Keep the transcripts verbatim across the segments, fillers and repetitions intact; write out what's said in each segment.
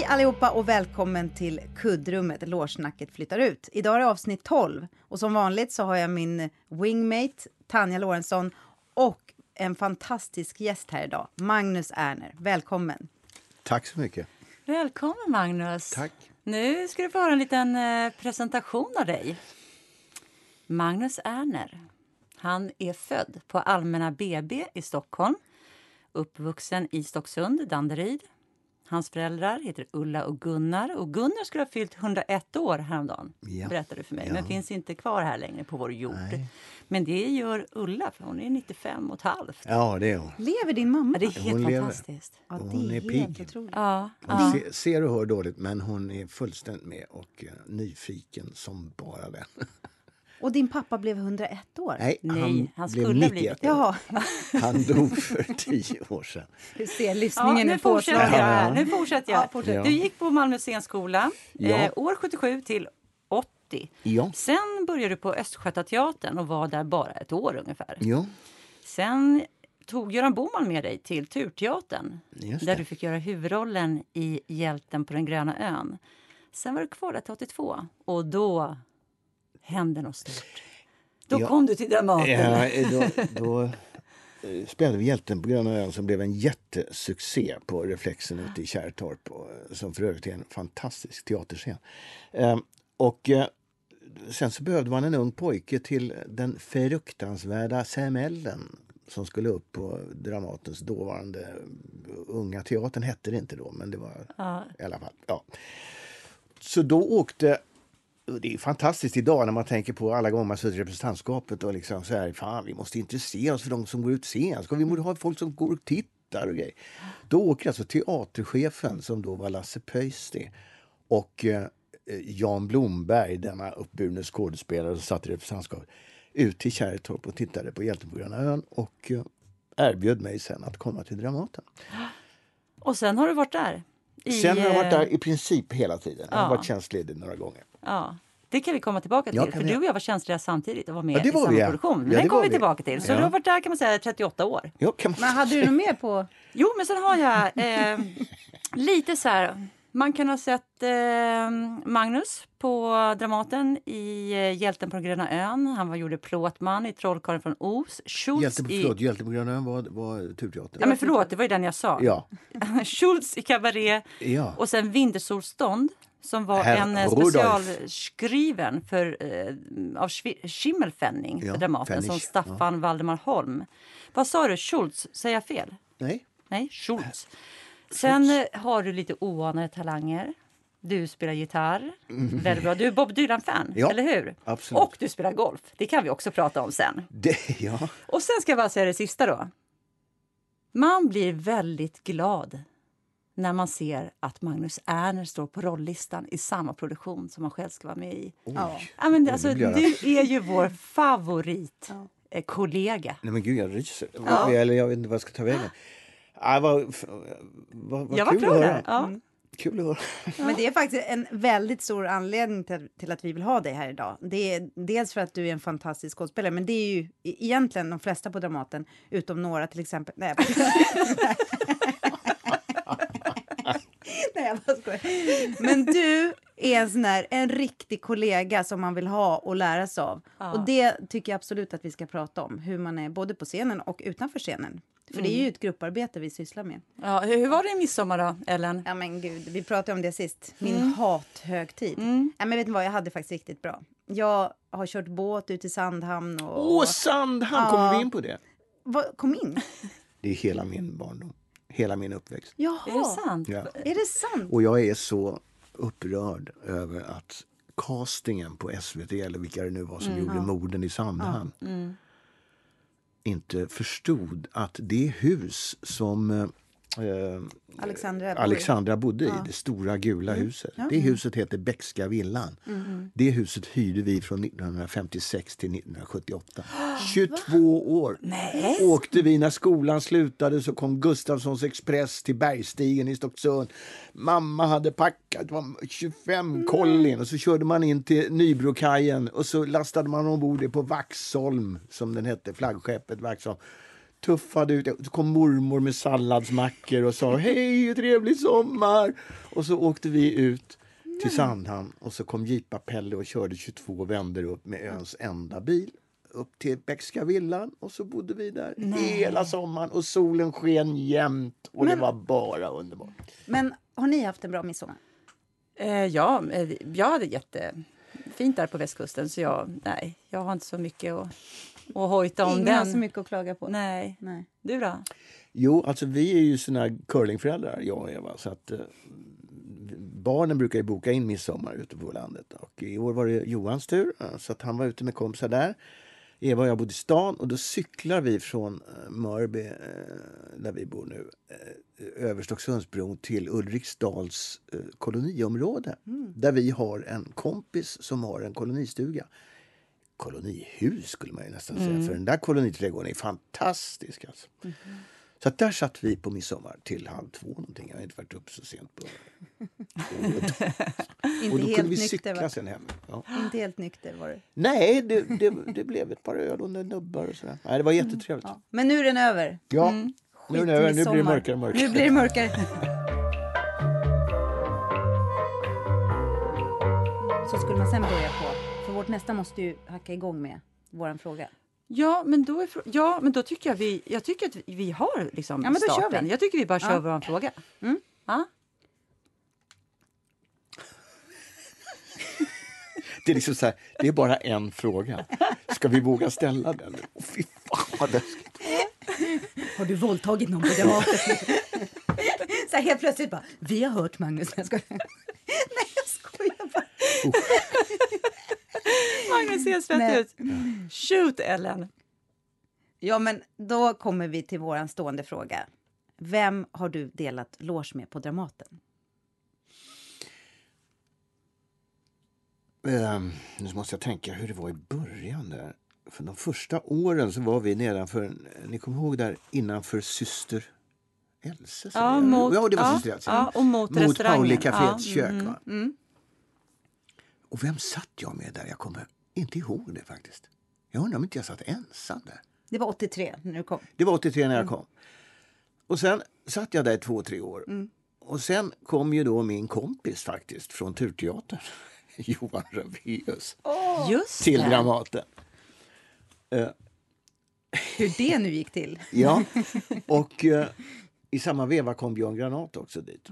Hej allihopa och välkommen till kuddrummet, Lårsnacket flyttar ut. Idag är det avsnitt tolv och som vanligt så har jag min wingmate Tanja Lorentzon och en fantastisk gäst här idag, Magnus Ernner. Välkommen. Tack så mycket. Välkommen Magnus. Tack. Nu ska du få höra en liten eh, presentation av dig. Magnus Ernner. Han är född på Allmänna B B i Stockholm. Uppvuxen i Stocksund, Danderyd. Hans föräldrar heter Ulla och Gunnar. Och Gunnar skulle ha fyllt hundraett år häromdagen, ja. Berättade du för mig. Ja. Men finns inte kvar här längre på vår jord. Nej. Men det gör Ulla, för hon är nittiofem och ett halvt. Ja, det är hon. Lever din mamma? Ja, det är helt hon fantastiskt. Ja, det hon är, är pigg. otroligt. Ja, hon ja. ser, ser och hör dåligt, men hon är fullständigt med och uh, nyfiken som bara den. Och din pappa blev hundraett år? Nej, Nej han, han blev skulle nittioett år. Jaha. Han dog för tio år sedan. Du ser lyssningen ja, nu är fortsätter jag. påslagen. Nu fortsätter jag. Ja, fortsätt. Ja. Du gick på Malmö scenskola Ja. eh, år sjuttiosju till åttio. Ja. Sen började du på Östgötateatern och var där bara ett år ungefär. Ja. Sen tog Göran Boman med dig till Turteatern. Just där det. du fick göra huvudrollen i Hjälten på den gröna ön. Sen var du kvar där till åttiotvå. Och då hände något stort. Då Ja. kom du till Dramaten. Ja, då, då eh, spelade vi Hjälten på gröna ön som blev en jättesuccé på Reflexen ute i Kärrtorp. Och, som för övrigt är en fantastisk teaterscen. Eh, och eh, sen så behövde man en ung pojke till den fruktansvärda Sämellen som skulle upp på Dramatens dåvarande unga teatern, hette det inte då, men det var Ja. i alla fall. Ja. Så då åkte, det är fantastiskt idag när man tänker på alla gånger man suttit i representantskapet och liksom så här, fan vi måste intressera oss för de som går ut scen. Ska vi måste ha folk som går och tittar och grejer. Då åker alltså teaterchefen som då var Lasse Pöysti och eh, Jan Blomberg, denna uppburne skådespelare som satt i representantskapet, ut till Kärrtorp och tittade på Hjälten på gröna ön och eh, erbjöd mig sen att komma till Dramaten. Och sen har du varit där. I, Sen har jag varit där i princip hela tiden. Jag har Ja. varit tjänstledig några gånger. Ja, det kan vi komma tillbaka till. Ja, för kan du vi- och jag var tjänstlediga samtidigt och var med Ja, det i var samma vi, ja. produktion. Men Ja, den det kommer var vi vi. tillbaka till. Så Ja. du har varit där kan man säga trettioåtta år. Ja, kan man... Men hade du något mer på? Jo, men sen har jag eh, lite så här. Man kan ha sett eh, Magnus på Dramaten i eh, Hjälten på den gröna ön. Han var gjorde plåtman i Trollkarlen från Oz. Schultz Hjälten på, i... förlåt, Hjälten på gröna ön var, var Turteatern. Ja, men förlåt, det var ju den jag sa. Ja. Schultz i Kabaré. Ja. Och sen Vintersolstånd som var Herr en eh, Rudolf. specialskriven för, eh, av Schwi- Schimmelfenning Ja, för Dramaten Pfennig, som Staffan Valdemar Holm. Vad sa du? Schultz? Säger jag fel? Nej. Nej, Schultz. Sen eh, har du lite oanade talanger. Du spelar gitarr. Väldigt bra. Du är Bob Dylan-fan, Ja, eller hur? absolut. Och du spelar golf. Det kan vi också prata om sen. Det, ja. Och sen ska jag bara säga det sista då. Man blir väldigt glad när man ser att Magnus Ernner står på rolllistan i samma produktion som man själv ska vara med i. Oj. Ja. Ja, men Oj, alltså, nu blir jag- du är ju vår favorit Ja. eh, kollega. Nej men gud, jag ryser. Ja. Eller jag vet inte vad jag ska ta vägen. Ah, vad, f- vad, vad Jag var kul att klar höra. där. Ja. Kul att höra. Men det är faktiskt en väldigt stor anledning till, till att vi vill ha dig här idag. Det är dels för att du är en fantastisk skådespelare, men det är ju e- egentligen de flesta på Dramaten, utom några till exempel. Nej, jag bara- Nej, jag bara skojar. Men du är en sån här, en riktig kollega som man vill ha och lära sig av. Ja. Och det tycker jag absolut att vi ska prata om. Hur man är både på scenen och utanför scenen. För det är ju ett grupparbete vi sysslar med. Ja, hur hur var det i midsommar då, Ellen? Ja men gud, vi pratade om det sist. Min Mm. hathögtid. Ja, men vet ni vad, jag hade faktiskt riktigt bra. Jag har kört båt ut i Sandhamn och... Åh, Sandhamn! Ja. Kommer vi in på det? Vad, kom in? Det är hela min barndom. Hela min uppväxt. Jaha. Är det sant? Ja. Är det sant? Och jag är så upprörd över att castingen på S V T, eller vilka det nu var som gjorde morden i Sandhamn, inte förstod att det hus som eh, Alexandra bor i. Alexandra bodde i, det stora gula huset. Det huset heter Bäckska villan. Det huset hyrde vi från nittonhundrafemtiosex till nittonhundrasjuttioåtta. tjugotvå år. Nej. Åkte vi när skolan slutade, så kom Gustafssons Express till Bergstigen i Stocksund. Mamma hade packat, det var tjugofem kollin, och så körde man in till Nybrokajen och så lastade man ombord det på Vaxholm, som den hette, flaggskeppet Vaxholm. tuffade ut. Så kom mormor med salladsmackor och sa hej, trevlig sommar. Och så åkte vi ut till Sandhamn och så kom Jeepa Pelle och körde tjugotvå vändor upp med öns enda bil. Upp till Bäckska villan och så bodde vi där Nej. hela sommaren och solen sken jämt och Men- det var bara underbart. Men har ni haft en bra midsommar? Eh, ja, eh, jag hade jättefint där på västkusten. Så jag, nej, jag har inte så mycket att, att hojta om Ingen den. har så mycket att klaga på. Nej. Nej. Du då? Jo, alltså vi är ju såna curlingföräldrar, jag och Eva, så att eh, barnen brukar ju boka in midsommar ute på landet. Och i år var det Johans tur, eh, så att han var ute med kompisar där. Eva och jag bodde i stan och då cyklar vi från eh, Mörby, eh, där vi bor nu, eh, över Stocksundsbron till Ulriksdals eh, koloniområde. Där vi har en kompis som har en kolonistuga. Kolonihus skulle man ju nästan säga, för den där koloniträdgården är fantastisk alltså. Så att där satt vi på midsommar till halv två någonting. Jag har inte varit upp så sent på året. Inte Och då helt kunde vi nykter, cykla va? sen hem. Ja. Inte helt nykter var det. Nej, det, det, det blev ett par öl och några nubbar och sådär. Nej, det var jättetrevligt. Ja. Men nu är den över. Ja, nu, är det över. Nu blir det Skitmidsommar. mörkare och mörkare. Nu blir det mörkare. Så skulle man sen börja på. För vårt nästa måste ju hacka igång med våran fråga. Ja, men då, är, frå- ja, men då tycker jag vi, jag tycker att vi har liksom Ja, men då kör starten. vi. Jag tycker vi bara kör Ja. vår fråga. Mm. Ja. Det är liksom så här, det är bara en fråga. Ska vi våga ställa den? Oh, fy fan vad läskigt. Har du våldtagit någon på Dramaten? Så här helt plötsligt bara, vi har hört Magnus. Jag skojar. Nej, jag skojar bara. Magnus ser svettig Nej. ut. Shoot, Ellen. Ja, men då kommer vi till våran stående fråga. Vem har du delat loge med på Dramaten? Um, nu måste jag tänka hur det var i början där. För de första åren så var vi nedanför, ni kommer ihåg där innanför Syster Else? Ja, mot, ja, det var ja, Syster Else. ja, och mot, Mot restaurangen. Pauli Cafés Ja, kök. mm, Va? Mm. Och vem satt jag med där? Jag kommer inte ihåg det faktiskt. Jag undrar om inte jag satt ensam där. Det var åttiotre när du kom. Det var åttiotre när jag kom. Och sen satt jag där två, tre år. Och sen kom ju då min kompis faktiskt från Turteatern. Johan Raveus. Just Till det. Dramaten. Eh, Hur det nu gick till. ja, och eh, i samma veva kom Björn Granat också dit.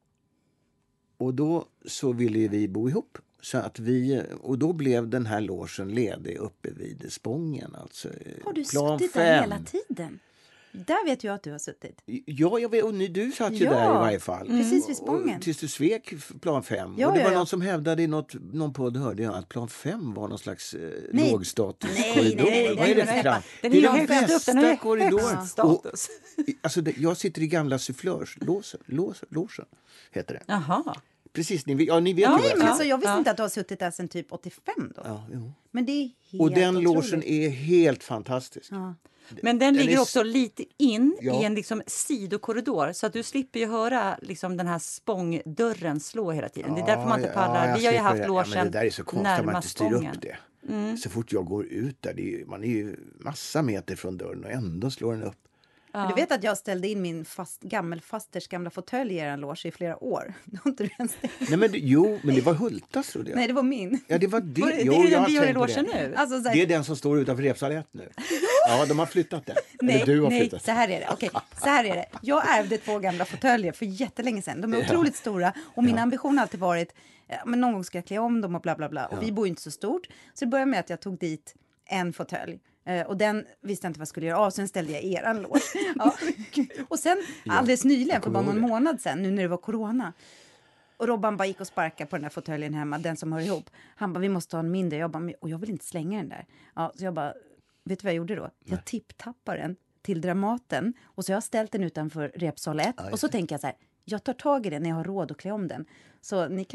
Och då så ville ju vi bo ihop. Så att vi, och då blev den här logen ledig uppe vid Spången. Alltså, eh, Har du plan suttit där fem. hela tiden? Där vet jag att du har suttit. Ja, jag vet, och ni, du satt ju Ja, där i varje fall. precis vid Spången. Och, tills du svek f- plan fem. Ja, och det ja, var ja. någon som hävdade i något, någon podd hörde jag att plan fem var någon slags eh, Nej. lågstatuskorridor. Nej, nej, nej, Vad är nej, det nej, för kram? Den Det är är ju de högst upp, den är bästa ju korridorer. högst status. Och, alltså, det, jag sitter i gamla sufflörslåsen, låsen, låsen, heter det. Jaha. Precis, ni, ja, ni vet Ja, ju vad Nej, jag men menar. alltså, jag visste Ja. inte att du har suttit där sedan typ åttiofem då. Ja, jo. Men det är helt Och den otroligt. logen är helt fantastisk. Ja. Men den, Den ligger är också lite in Ja. i en liksom sidokorridor. Så att du slipper ju höra liksom den här spångdörren slå hela tiden. Det är därför man inte Ja, pallar. jag Vi har ju slipper haft det. logen Ja, men det där är så konstigt att man inte närmast styr spången. upp det. Så fort jag går ut där, det är, ju- man är ju massa meter från dörren och ändå slår den upp. Men du vet att jag ställde in min fast, gammelfasters gamla fåtölj i er loge i flera år. Det har inte du ens tänkt. Nej, men, det- jo, men det var Hultas trodde jag. Nej, det var min. Ja, det var det. Var det- Jo, det är jag den har vi har i tänkt på logen det. nu. Alltså, så här, Det är den som står utanför Repsal ett nu. Ja, de har flyttat den. nej, Eller du har nej, flyttat så här är det. Okej, så här är det. Jag ärvde två gamla fåtöljer för jättelänge sedan. De är otroligt stora och min ambition har alltid varit ja, men någon gång ska jag klä om dem och bla bla bla. Och vi bor ju inte så stort. Så det började med att jag tog dit en fåtölj. Eh, och den visste jag inte vad jag skulle göra av. Sen ställde jag eran lås. Ja. Och sen alldeles nyligen, för bara kommer någon ihåg det. månad sedan, nu när det var corona. Och Robban bara gick och sparkade på den där fåtöljen hemma, den som hör ihop. Han bara, vi måste ha en mindre. Jag bara, "Men- och jag vill inte slänga den där. Ja, så jag bara, vet du vad jag gjorde då? Jag tipptappade den till Dramaten. Och så har jag ställt den utanför Repsal ett. och så tänker jag så här, jag tar tag i den när jag har råd att klä om den. Så ni kan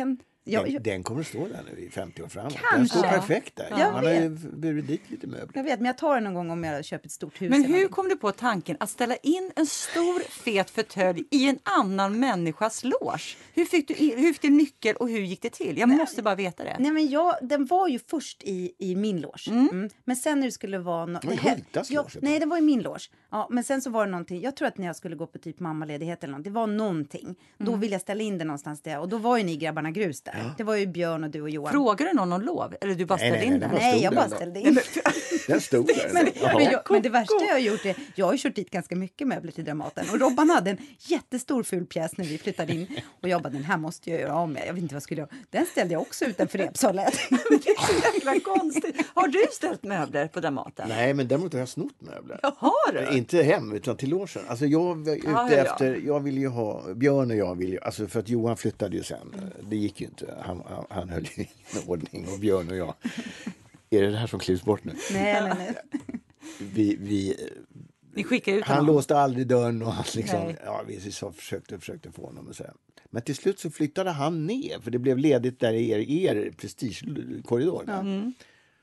Jag, den, jag, den kommer att stå där nu i femtio år framåt. Kanske. Den står perfekt där. Jag Man har ju burit dit lite möbler. jag vet, men jag tar den någon gång om jag köper ett stort hus. Men eller hur någonting. kom du på tanken att ställa in en stor fet fåtölj i en annan människas loge? Hur fick du, in- hur fick du nyckel och hur gick det till? Jag måste bara veta det. Nej, men jag, den var ju först i, i min loge. Mm. Men sen när det skulle vara... No- var i det här- Hultas ja, loge, nej, det var i min loge. Ja, men sen så var det någonting... Jag tror att när jag skulle gå på typ mammaledighet eller något, det var någonting. Då ville jag ställa in det någonstans där. Och då var ju ni grabbarna grus där. Ja. Det var ju Björn och du och Johan. Frågade du någon om lov? Eller du bara Nej, ställde nej, in nej, den? det var- Nej, stod jag där bara då. ställde in. Den stod där. Men, Jaha. men, jag, men det värsta jag har gjort är, jag har ju kört dit ganska mycket möbler till Dramaten. Och Robban hade en jättestor ful pjäs när vi flyttade in. Och jag bara, den här måste jag göra av med. Jag vet inte vad skulle jag... Den ställde jag också utanför repsalen. Det är så jäkla konstigt. Har du ställt möbler på Dramaten? Nej, men däremot har jag snott möbler. Har du? Inte hem, utan till logen. Alltså jag var ute Ja, ja, ja. efter... Jag ville ju ha... Björn och jag ville ju... Alltså för att Johan flyttade ju sen. Det gick ju inte. Han, han, han höll ju ingen ordning. Och Björn och jag... Är det det här som klivs bort nu? Nej, nej, nej. Vi... vi Ni skickar ut han honom. låste aldrig dörren och han liksom... Nej. Ja, vi så försökte, försökte få honom att säga. Men till slut så flyttade han ner. För det blev ledigt där i er, er prestigekorridor. Ja. Mm.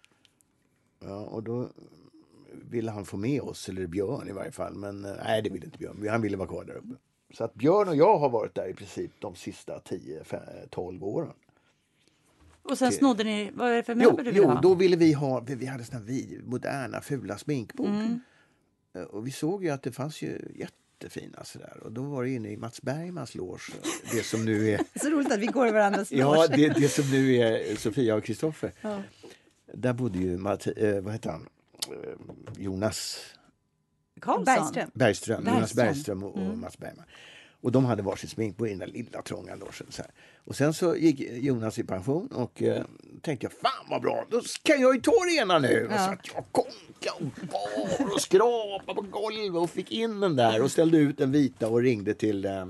Ja, och då ville han få med oss, eller Björn i varje fall. Men eh, nej, det ville inte Björn. Han ville vara kvar där uppe. Så att Björn och jag har varit där i princip de sista tio tolv åren. Och sen snodde ni, vad är det för Jo, möbler du ville jo ha? då ville vi ha, vi hade såna vi, moderna, fula sminkbord. Mm. Eh, Och vi såg ju att det fanns ju jättefina sådär. Och då var det inne i Mats Bergmans loge. Det som nu är... Så roligt att vi går i varandras Ja, loge. det, det som nu är Sofia och Kristoffer. Ja. Där bodde ju, Matti, eh, vad heter han? Eh, Jonas Karlsson? Bergström. Bergström, Jonas Bergström. Bergström och, och Mats Bergman. Och de hade varsitt sminkbord i den där lilla trånga logen. Så här. Och sen så gick Jonas i pension och eh, tänkte jag, fan vad bra, då kan jag ju ta det ena nu. Och så att jag konka och bar och skrapa på golvet och fick in den där och ställde ut den vita och ringde till, eh, eh,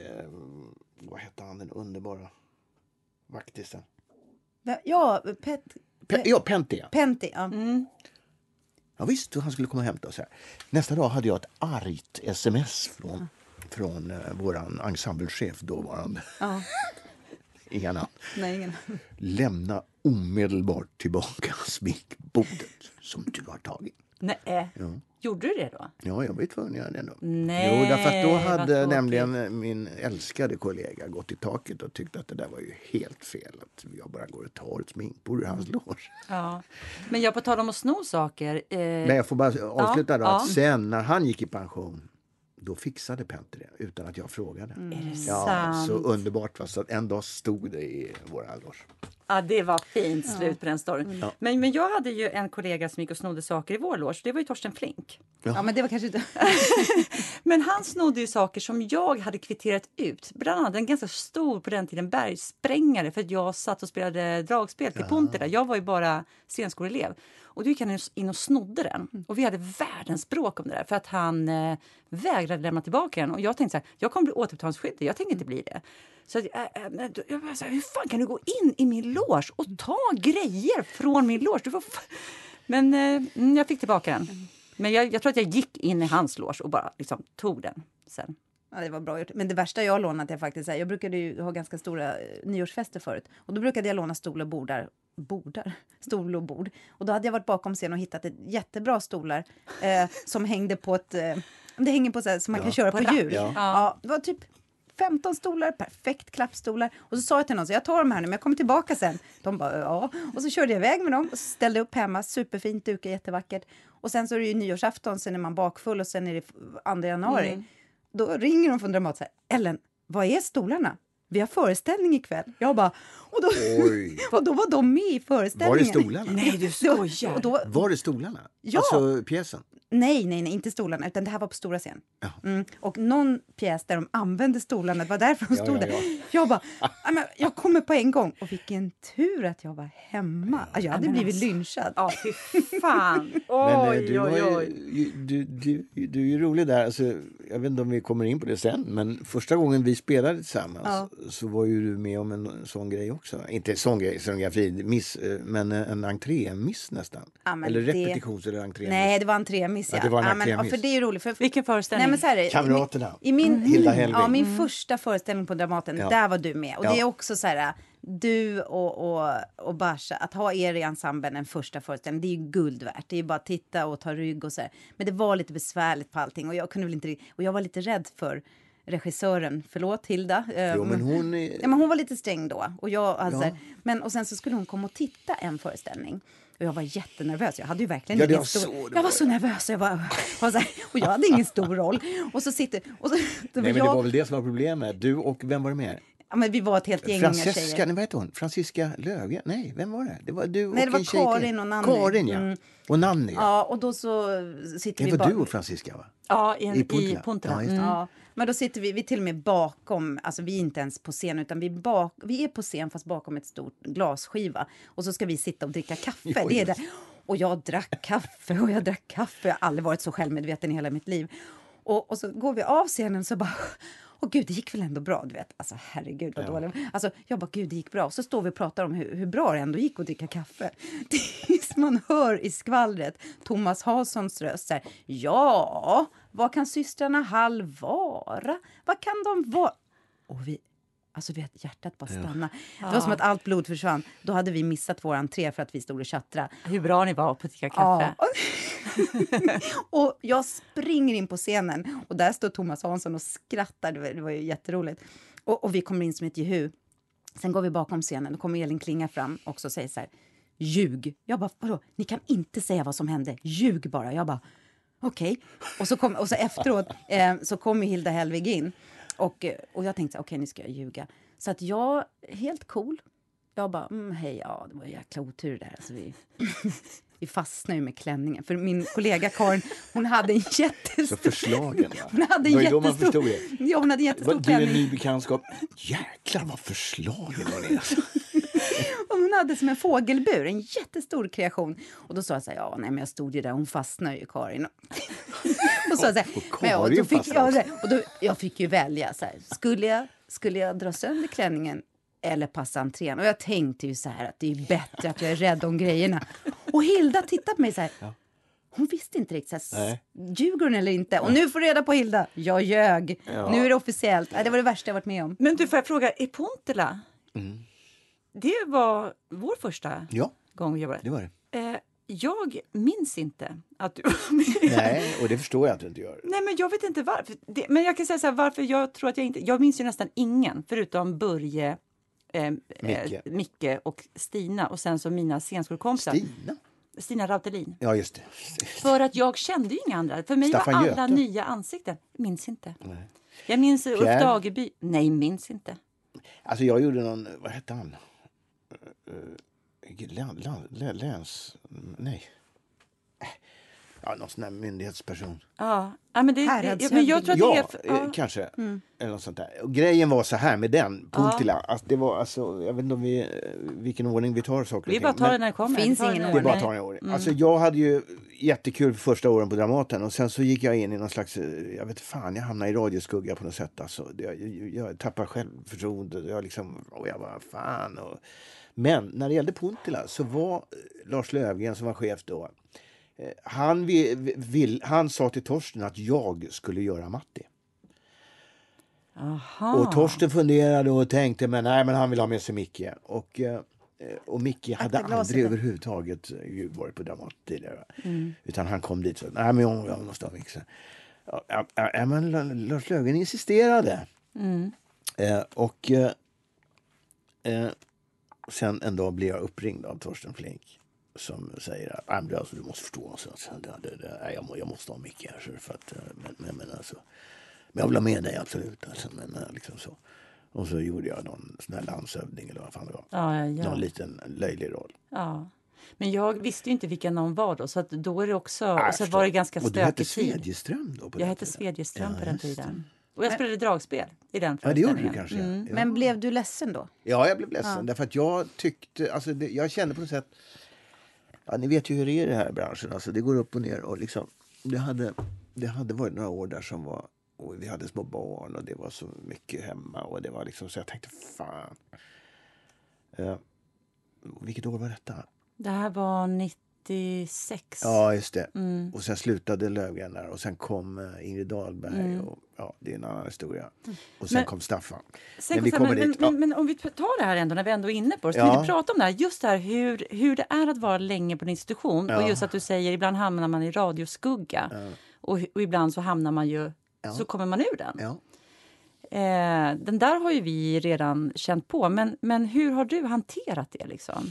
vad hette han, den underbara vaktisten? Ja, Pet... Pe- ja, Pentti. Ja. Pentti, ja. Mm. Ja, visst, han skulle komma och hämta oss här. Nästa dag hade jag ett argt sms från, från eh, våran ensemblechef dåvarande. ja. Inga namn. Nej, ingen. Lämna omedelbart tillbaka sminkbordet som du har tagit. Nej. Ja. Gjorde du det då? Ja, jag var ju tvungen att göra det då. Nej, Jo, därför att då vad hade tråkigt. nämligen min älskade kollega gått i taket och tyckte att det där var ju helt fel. Att jag bara går och tar ett sminkbord ur hans loge. Ja. Men jag på tal om att sno saker. Eh, Men jag får bara avsluta då ja. att sen när han gick i pension, då fixade Pentti det utan att jag frågade. är det Ja, sant? så underbart. Va? Så att en dag stod det i våra loge. Ja, det var fint slut på den storyn. Ja. Men, men jag hade ju en kollega som gick och snodde saker i vår loge. Det var ju Torsten Flink. Ja, men det var kanske inte... Men han snodde ju saker som jag hade kvitterat ut. Bland annat en ganska stor på den tiden bergsprängare. För att jag satt och spelade dragspel till Ponte där. Jag var ju bara scenskoleelev. Och då gick han in och snodde den. Och vi hade världens bråk om det där. För att han eh, vägrade lämna tillbaka den. Och jag tänkte så här, jag kommer bli återbetalningsskyldig. Jag tänker inte bli det. Så att, äh, äh, jag bara så här, hur fan kan du gå in i min loge och ta grejer från min loge? Du får f- Men eh, jag fick tillbaka den. Men jag, jag tror att jag gick in i hans loge och bara liksom tog den sen. Ja, det var bra gjort. Men det värsta jag lånat är faktiskt... Jag brukade ju ha ganska stora eh, nyårsfester förut. Och då brukade jag låna stol och bordar. Bordar? Stol och bord. Och då hade jag varit bakom scen och hittat ett jättebra stolar. Eh, som hängde på ett... Eh, det hänger på så här, som man kan köra på, på rack. hjul. Ja. Ja, det var typ femton stolar, perfekt klappstolar. Och så sa jag till någon, så jag tar de här nu men jag kommer tillbaka sen. De bara, ja. Och så körde jag iväg med dem och ställde upp hemma. Superfint, duka, jättevackert. Och sen så är det ju nyårsafton, sen är man bakfull och sen är det andra januari. Mm. Då ringer de från Dramat så här, Ellen, vad är stolarna? Vi har föreställning ikväll. Jag bara, och då, Oj. och då var de med i föreställningen. Var det stolarna? Nej, du Då, skojar. och då, Var det stolarna? Ja. Alltså pjäsen? nej, nej, nej, inte stolarna, utan det här var på stora scen. Ja. Mm. Och någon pjäs där de använde stolarna, det var därför de Ja, stod ja, där. ja. Jag bara, "Ja, men jag kommer på en gång. Och vilken tur att jag var hemma. Jag hade men blivit alltså. lynchad. Ja, fy fan. Men eh, Oj, du, var oj, ju, oj. ju- du, du, du är ju rolig där. Alltså, jag vet inte om vi kommer in på det sen. Men första gången vi spelade tillsammans Ja. så var ju du med om en sån grej också. Inte en sån grej, scenografi, miss, eh, men en entrémiss nästan. Ja, men eller det- repetitions eller entrémiss. Nej, det var entrémiss. Ja, det var en ja, men, entrémiss. ja, för det är ju roligt. För, Vilken föreställning? nej, men så här, är det. Kamraterna. I min, Hilda Hellving. ja, min första föreställning på Dramaten, Ja. där var du med. Och Ja. det är också så här, du och, och, och Basha, att ha er i ensemblen en första föreställning, det är ju guld värt. Det är ju bara att titta och ta rygg och så här. Men det var lite besvärligt på allting och jag kunde väl inte, och jag var lite rädd för regissören, förlåt Hilda. Jo, men hon är... ja, men hon var lite sträng då. Och, jag, alltså, Ja. men, och sen så skulle hon komma och titta en föreställning. Och jag var jättenervös. Jag hade ju verkligen Ja, det ingen var stor... så det Jag var. var så nervös. Jag var, var så här, och jag hade ingen stor roll. Och så sitter... Och så, Nej, men jag, det var väl det som var problemet. Du och vem var det med? ja, men vi var ett helt gäng unga Francesca, tjejer. nej, vad heter hon? Franziska Löfgren? Nej, vem var det? Det var du Nej, och det var en tjej till. Karin och Nanny. Karin, ja. Mm. Och Nanny, ja. Ja, och då så sitter Det vi var bara... du och Franziska, va? Ja, i, I i Puntila. Puntila. Ja, just det. Mm. Ja, men då sitter vi, vi till och med bakom, alltså vi är inte ens på scen utan vi, bak, vi är på scen fast bakom ett stort glasskiva. Och så ska vi sitta och dricka kaffe. Jo, det är just. det. Och jag drack kaffe och jag drack kaffe. Jag har aldrig varit så självmedveten i hela mitt liv. Och, och så går vi av scenen så bara... Åh gud, det gick väl ändå bra, du vet. Alltså herregud vad Ja. dåligt. Alltså jag bara, gud det gick bra. Och så står vi och pratar om hur, hur bra det ändå gick att dricka kaffe. Tills man hör i skvallret Thomas Hanssons röst så här, ja, vad kan systrarna Hall vara? Vad kan de vara? Och vi, alltså vet, hjärtat bara stanna. Det var som att allt blod försvann. Då hade vi missat vår entré för att vi stod och tjattrade. Hur bra ni var på att dricka kaffe. Ja. Och jag springer in på scenen och där står Thomas Hansson och skrattar. Det var, det var ju jätteroligt. Och, och vi kommer in som ett jehu. Sen går vi bakom scenen och kommer Elin Klinga fram och så säger så här, ljug. Jag bara, vadå? Ni kan inte säga vad som hände. Ljug bara. Jag bara, okej. Okay. Och, så kom, och så efteråt eh, så kom ju Hilda Hellvig in. Och, och jag tänkte, okej okay, nu ska jag ljuga. Så att jag, helt cool. Jag bara, mm, hej, ja det var en jäkla otur där. Alltså vi... Vi fastnade ju med klänningen. För min kollega Karin, hon hade en jättestor... Så förslagen, va? Hon hade en Var det då man jättestor... förstod det? Ja, hon hade en jättestor Var det en klänning. ny bekantskap? Jäklar vad förslagen var det. Alltså. Och hon hade som en fågelbur, en jättestor kreation. Och då sa jag så här, ja nej men jag stod ju där, hon fastnade ju Karin. Och så, så här, Och men jag, Karin då fick jag, fastnade och då, jag fick ju välja så här, skulle jag, skulle jag dra sönder klänningen eller passa entrén? Och jag tänkte ju så här att det är bättre att jag är rädd om grejerna. Och Hilda tittade på mig så här. Ja. Hon visste inte riktigt så här, Nej. ljuger hon eller inte. Och nu får reda på Hilda. Jag ljög. Ja. Nu är det officiellt. Nej, det var det värsta jag varit med om. Men du, får jag fråga, i Puntila, Mm. det var vår första Ja, gång vi jobbade. det var det. Eh, jag minns inte att du var med. Nej, och det förstår jag att du inte gör. Nej, men jag vet inte varför. Det, men jag kan säga så här, varför jag tror att jag inte... Jag minns ju nästan ingen, förutom Börje, eh, Micke. eh, Micke och Stina. Och sen så mina scenskolekompisar. Stina? Stina Rautelin. Ja, just det. För att jag kände ju inga andra. För mig Staffan var alla Göte. nya ansikten. Minns inte. Nej. Jag minns Ulf Pierre. Dageby. Nej, minns inte. Alltså jag gjorde någon, vad hette han? Uh, län, län, läns... Nej. Ja, någon sån här myndighetsperson. Ja, ja men, det, det, Häradshövding. men jag tror att Ja, det är... för- eh, Ja. kanske. Eller något sånt där. Och grejen var så här med den, Puntila. Ja. Alltså, det var alltså, jag vet inte om vi, eh, vilken ordning vi tar saker och Vi ting, bara tar men- det när det kommer. Finns Vi tar ingen det Det är när- bara att ta en ordning. Alltså jag hade ju jättekul för första åren på Dramaten och sen så gick jag in i någon slags, eh, jag vet fan, jag hamnade i radioskugga på något sätt. Alltså, jag, jag, jag tappade självförtroende. Jag liksom, och jag var fan. Och... Men när det gällde Puntila så var eh, Lars Löfgren som var chef då, eh, han, vill, vill, han sa till Torsten att jag skulle göra Matti. Aha. Och Torsten funderade och tänkte, men nej, men han vill ha med sig Micke. Och, eh, och Micke hade Akta glaset aldrig där. överhuvudtaget ju varit på Dramat tidigare. Mm. Utan han kom dit och sa, nej men jag, jag måste ha Micke. Ja, ja, ja, men L- Lars Löfgren insisterade. Mm. Eh, och eh, eh, sen en dag blev jag uppringd av Torsten Flink. Som säger att ah, men alltså, du måste förstå. Alltså, det, det, det, nej, jag, må, jag måste ha Micke här. Så för att, eh, men, men, men, alltså, men jag vill ha med dig absolut. Alltså, men, eh, liksom så. Och så gjorde jag någon sån här landshövding eller vad fan det var. Ja, ja, ja. Någon liten löjlig roll. Ja. Men jag visste ju inte vilka någon var då. Så att då är det också... Ah, och jag så förstår. var det ganska Och du hette stökig tid. Svedjeström då? På Jag den hette tiden? Svedjeström Ja, på den just det. tiden. Och jag spelade dragspel i den Ja, det gjorde du föreställningen. kanske. Mm. Ja. Men blev du ledsen då? Ja, jag blev ledsen. Ja. Därför att jag tyckte, alltså det, jag kände på något sätt, ja, ni vet ju hur det är i den här branschen. Alltså det går upp och ner och liksom, det hade, det hade varit några år där som var, och vi hade små barn och det var så mycket hemma och det var liksom så jag tänkte, fan. Eh, vilket år var detta? Det här var nittiosex. Ja, just det. Mm. Och sen slutade Löfgren där och sen kom uh, Ingrid Dahlberg Mm. och ja, det är en annan historia. Och sen Men- kom Staffan. Sen, Men vi men, kommer men, dit. men, Ja. men om vi tar det här ändå, när vi ändå är inne på det, så Ja. kan vi prata om det här, just det här hur, hur det är att vara länge på en institution. Ja. Och just att du säger, ibland hamnar man i radioskugga. Ja. Och, och ibland så hamnar man ju, Ja. så kommer man ur den. Ja. Eh, den där har ju vi redan känt på. Men, men hur har du hanterat det liksom?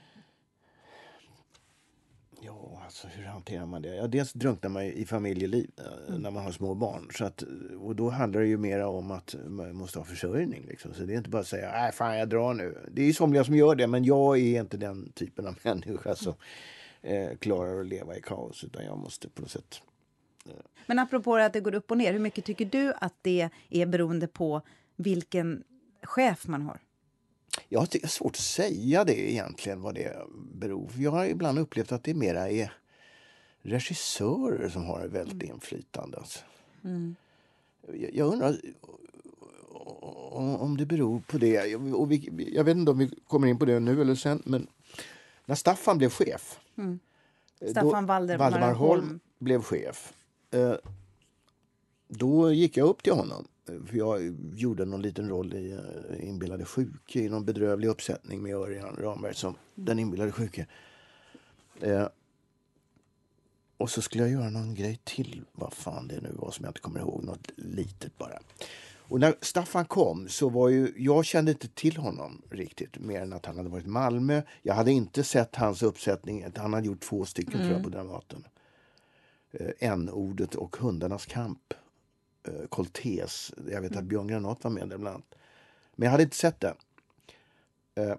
Ja, alltså hur hanterar man det? Ja, dels drunknar man ju i familjeliv eh, Mm. när man har små barn. Så att, och då handlar det ju mer om att man måste ha försörjning. Liksom. Så det är inte bara att säga, nej fan jag drar nu. Det är ju somliga som gör det, men jag är inte den typen av människa som eh, klarar att leva i kaos. Utan jag måste på något sätt... Men apropå att det går upp och ner, hur mycket tycker du att det är beroende på vilken chef man har? Jag tycker det är svårt att säga det egentligen vad det beror. För jag har ibland upplevt att det mera är regissörer som har ett väldigt inflytande. Alltså. Mm. Jag, jag undrar om, om det beror på det. Och vi, jag vet inte om vi kommer in på det nu eller sen. Men när Staffan blev chef. Mm. då- Staffan Valdemar Valdemar Holm Holm. blev chef. Eh, då gick jag upp till honom. För jag gjorde någon liten roll i uh, Inbillade sjuke. I någon bedrövlig uppsättning med Örjan Ramberg som den inbillade sjuke. Eh, och så skulle jag göra någon grej till. Vad fan det nu var som jag inte kommer ihåg. Något litet bara. Och när Staffan kom så var ju... Jag kände inte till honom riktigt. Mer än att han hade varit i Malmö. Jag hade inte sett hans uppsättning. Han hade gjort två stycken Mm. tror jag på Dramaten. Eh, N-ordet och Hundarnas kamp. Uh, Coltés. Jag vet att Björn Granat var med där bland annat. Men jag hade inte sett det. Uh,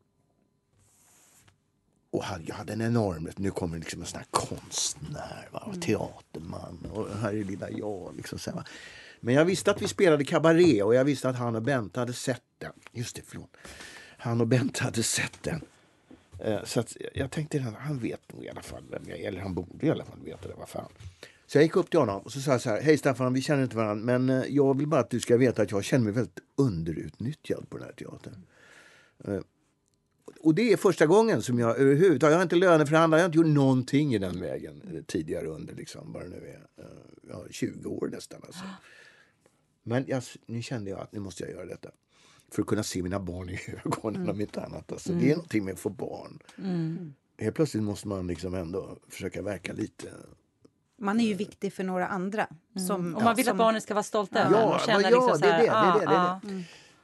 och hade, jag hade en enorm... Nu kommer liksom en sån här konstnär. Va? Och teaterman. Och här är lilla jag. Liksom så här, va? Men jag visste att vi spelade kabaré. Och jag visste att han och Bent hade sett den. Just det, förlåt. Han och Bent hade sett den. Uh, så att jag tänkte att han vet nog i alla fall vem jag är. Eller han borde i alla fall veta det. Vad fan. Så jag gick upp till honom och så sa jag så här: hej Staffan, vi känner inte varandra, men eh, jag vill bara att du ska veta att jag känner mig väldigt underutnyttjad på den här teatern. Eh, och det är första gången som jag överhuvudtaget, jag har inte löneförhandlat, jag har inte gjort någonting i den vägen eh, tidigare under liksom, bara nu är eh, ja, tjugo år nästan alltså. Men jag, nu kände jag att nu måste jag göra detta. För att kunna se mina barn i ögonen mm. om inte annat. Alltså. Mm. Det är någonting med att få barn. Mm. Helt plötsligt måste man liksom ändå försöka verka lite... Man är ju viktig för några andra. Mm. Som, och man vill som, att barnen ska vara stolta ja, över ja, och känna ja, liksom så det är här, det, det, är det, det, är det. ah, Mm.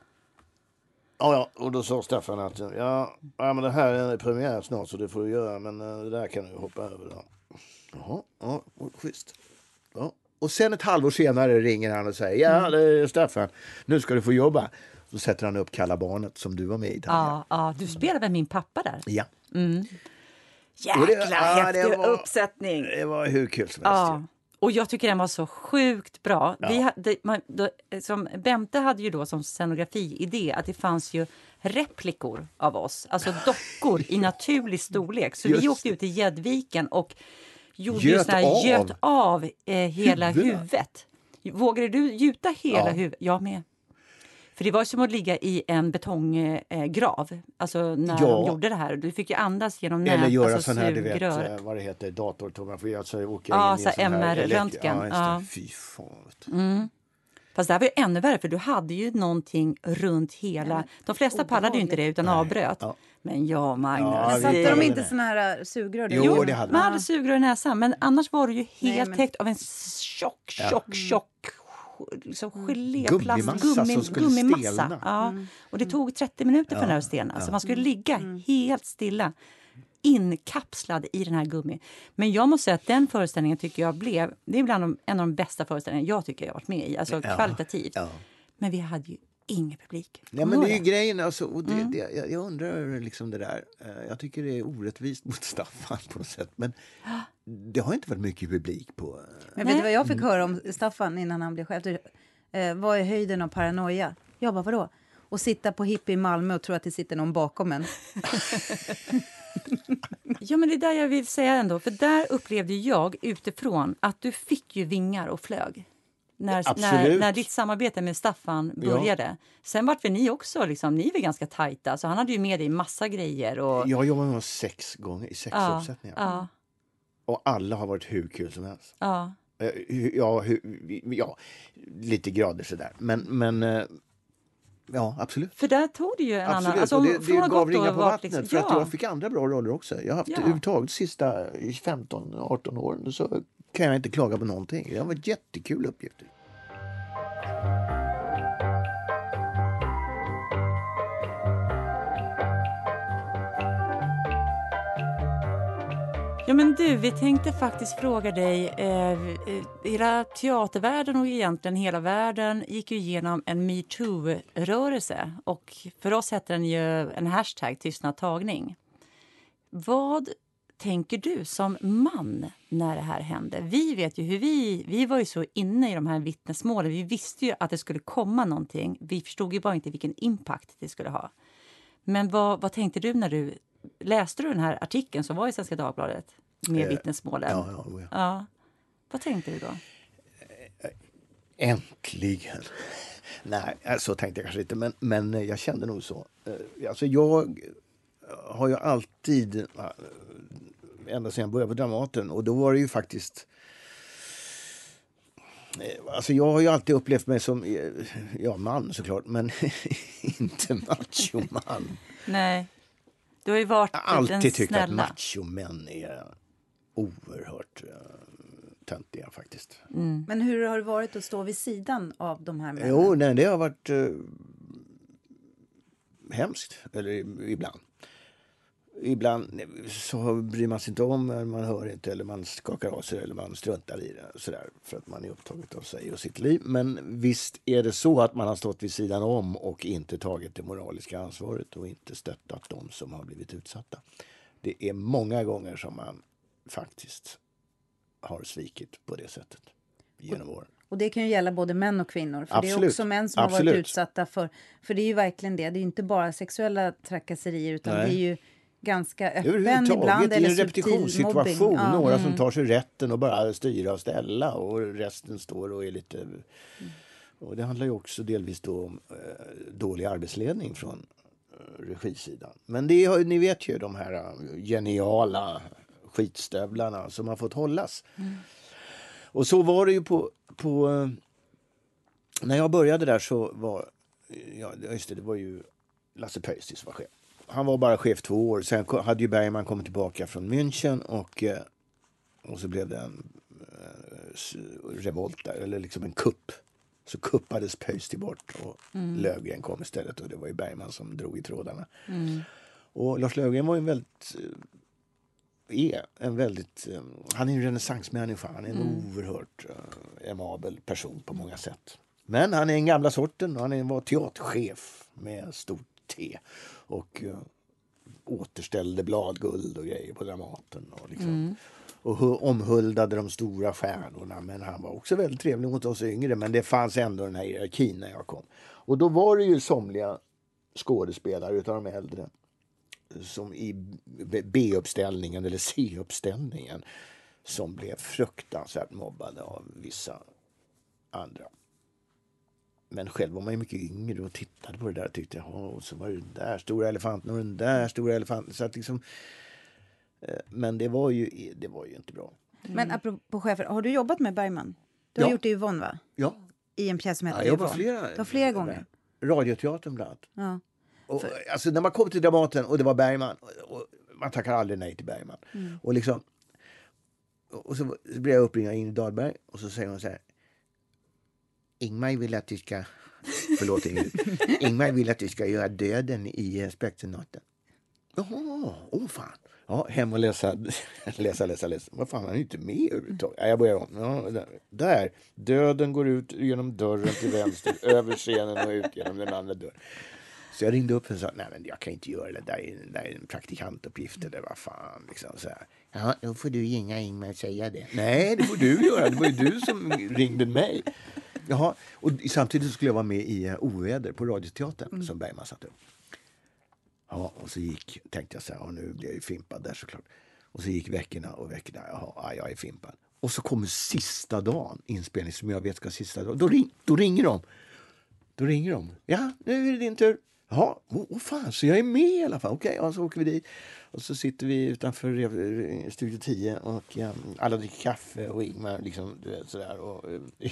Ja, ja, och då sa Staffan att ja, ja, men det här är en premiär snart så det får du göra, men uh, det där kan du hoppa över då. Jaha, ja, schysst. Ja. Och sen ett halvår senare ringer han och säger ja, det är Staffan, nu ska du få jobba. Så sätter han upp Kalla barnet som du var med i. Ja, ja, du spelade med min pappa där. Ja. Mm. Jäkla det, ja, häftig det var, uppsättning. Det var hur kul som helst. Ja. Och jag tycker den var så sjukt bra. Ja. Vi hade, man, då, som Bente hade ju då som scenografi-idé att det fanns ju replikor av oss. Alltså dockor i naturlig storlek. Så Just vi åkte ut i Gäddviken och gjorde Göt ju sån här, av. göt av eh, hela Huvudena. huvudet. Vågade du gjuta hela Ja. huvudet? Jag med. För det var som att ligga i en betonggrav. Eh, alltså när Ja. de gjorde det här. Du fick ju andas genom nät, Eller göra alltså sån här, du vet, sugröret. eh, vad det heter, datortomografi. Alltså åka Ja, in i så en sån här M R-röntgen. elekt- Ja, just det. Ja. Fy fan. vet du. Mm. Fast det här var ju ännu värre, för du hade ju någonting runt hela... Nej, de flesta pallade ju inte det utan Nej. avbröt. Ja. Men jag, Magnus... Ja, vi- Satte det- de det- inte såna här äh, sugrör? Jo, Jo, det hade man de. hade sugrör i näsan, men annars var det ju helt Nej, men- täckt av en tjock, tjock, tjock liksom geléplast, Gummimassa som gummi, skulle gummimassa. stelna. Ja. Och det tog trettio minuter för den här att stelna. Så man skulle ligga helt stilla, inkapslad i den här gummi. Men jag måste säga att den föreställningen tycker jag blev, det är bland de, en av de bästa föreställningarna jag tycker jag har varit med i, alltså Ja. kvalitativt. Ja. Men vi hade ju ingen publik. Nej, Kommer men du det är ihåg ju grejen. Alltså, och det, Mm. det, jag, jag undrar liksom det där. Eh, Jag tycker det är orättvist mot Staffan på något sätt. Men det har inte varit mycket publik på. eh, Men vet du vad jag Mm. fick höra om Staffan innan han blev chef? Eh, vad är höjden av paranoia? Jag bara, vadå? Och sitta på hippie i Malmö och tro att det sitter någon bakom en. Ja, men det är där jag vill säga ändå. För där upplevde jag utifrån att du fick ju vingar och flög. När, när, när ditt samarbete med Staffan började. Ja. Sen vart vi ni också, liksom, ni var ganska tajta. Så han hade ju med dig massa grejer. Och... Jag jobbade med honom sex gånger i sex ja, uppsättningar. Ja. Och alla har varit hur kul som helst. Ja. Ja, hur, ja lite grader sådär. Men, men ja, absolut. För där tog det ju en absolut. annan... Alltså, och det det gav ringar på vattnet. Liksom, för ja. att jag fick andra bra roller också. Jag har haft ja. överhuvudtaget de sista femton arton åren. Så kan jag inte klaga på någonting. Det har varit jättekul uppgifter. Ja men du, vi tänkte faktiskt fråga dig, eh, hela teatervärlden och egentligen hela världen gick ju igenom en MeToo-rörelse och för oss hette den ju en hashtag tystnadtagning. Vad tänker du som man när det här hände? Vi vet ju hur vi, vi var ju så inne i de här vittnesmålen, vi visste ju att det skulle komma någonting, vi förstod ju bara inte vilken impact det skulle ha. Men vad, vad tänkte du när du läste du den här artikeln som var i Svenska Dagbladet med eh, vittnesmålen? Ja, ja, ja. ja. Vad tänkte du då? Äntligen. Nej, så tänkte jag kanske inte, men, men jag kände nog så. Alltså jag har ju alltid, ända sedan jag började på Dramaten, och då var det ju faktiskt... Alltså jag har ju alltid upplevt mig som, ja, man såklart, men inte macho-man. Nej. Du har ju varit jag har alltid tyckt snälla. att machomän är oerhört uh, töntiga faktiskt. Mm. Men hur har det varit att stå vid sidan av de här männen? Jo, nej, det har varit uh, hemskt, eller ibland. Ibland så bryr man sig inte om, man hör inte, eller man skakar av sig, eller man struntar i det sådär, för att man är upptaget av sig och sitt liv. Men visst är det så att man har stått vid sidan om och inte tagit det moraliska ansvaret och inte stöttat de som har blivit utsatta. Det är många gånger som man faktiskt har svikit på det sättet genom åren. Och det kan ju gälla både män och kvinnor. För Absolut. det är också män som Absolut. har varit utsatta för... För det är ju verkligen det. Det är ju inte bara sexuella trakasserier, utan Nej. det är ju ganska öppen ibland, eller i en repetitionssituation, ja. några Mm. som tar sig rätten och bara styra och ställa, och resten står och är lite... Mm. Och det handlar ju också delvis då om eh, dålig arbetsledning från eh, regisidan. Men det har, ni vet ju, de här uh, geniala skitstövlarna som har fått hållas. Mm. Och så var det ju på... på uh, när jag började där så var... Ja, just det, det var ju Lasse Pöysti som var chef. Han var bara chef två år. Sen hade ju Bergman kommit tillbaka från München och, och så blev det en uh, revolt där, eller liksom en kupp. Så kuppades Pöysti bort och mm. Löfgren kom istället, och det var ju Bergman som drog i trådarna. Mm. Och Lars Löfgren var ju en väldigt... är en väldigt... Han är en renässansmänniska. Han är en mm. oerhört uh, amabel person på många sätt. Men han är en gamla sorten, och han var teaterchef med stort T. Och uh, återställde bladguld och grejer på Dramaten. Och, liksom, mm. och omhuldade de stora stjärnorna. Men han var också väldigt trevlig mot oss yngre. Men det fanns ändå den här hierarkin när jag kom. Och då var det ju somliga skådespelare utav de äldre som i B-uppställningen eller C-uppställningen som blev fruktansvärt mobbade av vissa andra. Men själv var man ju mycket yngre och tittade på det där och tyckte, ja, och så var det den där stora elefanten och den där stora elefanten. Så att liksom, men det var ju, det var ju inte bra. Mm. Men apropå chefer, har du jobbat med Bergman? Du har ja. gjort det i Yvonne, va? Ja. I en pjäs som heter ja, jag Yvonne. Flera, det var flera gånger. Radioteatern bland annat. Ja. Och, alltså när man kom till Dramaten och det var Bergman, och, och man tackar aldrig nej till Bergman. Mm. Och liksom, och så, så blev jag uppringd av Ingrid Dahlberg, och så säger hon så här: Ingmar vill att du ska förlåt Ingrid. Ingmar vill att du ska göra döden i Spöksonaten. Jaha, åh fan. Ja, hem och läsa, läsa, läsa, läsa. Vad fan, han är ju inte med överhuvudtaget. Ja, jag börjar om. Ja, där. där. Döden går ut genom dörren till vänster, över scenen och ut genom den andra dörren. Så jag ringde upp och sa, nej men jag kan inte göra det. Det är, det är en praktikantuppgift eller vad fan. Liksom, så här. Ja, då får du ringa Ingmar och säga det. Nej, det får du göra. Det var ju du som ringde mig. Jaha, och samtidigt skulle jag vara med i Oväder på Radioteatern mm. som Bergman satt upp. Ja, och så gick, tänkte jag så här, och nu blir jag ju fimpad där såklart. Och så gick veckorna och veckorna, jaha, jag är fimpad. Och så kommer sista dagen, inspelning som jag vet ska sista dagen. Då, ring, då ringer de. Då ringer de. Ja, nu är det din tur. Ja, åh oh, fan, så jag är med i alla fall. Okej, okay, ja, så åker vi dit. Och så sitter vi utanför Studio tio och um, alla dricker kaffe och Ingmar liksom, du vet, sådär. Och,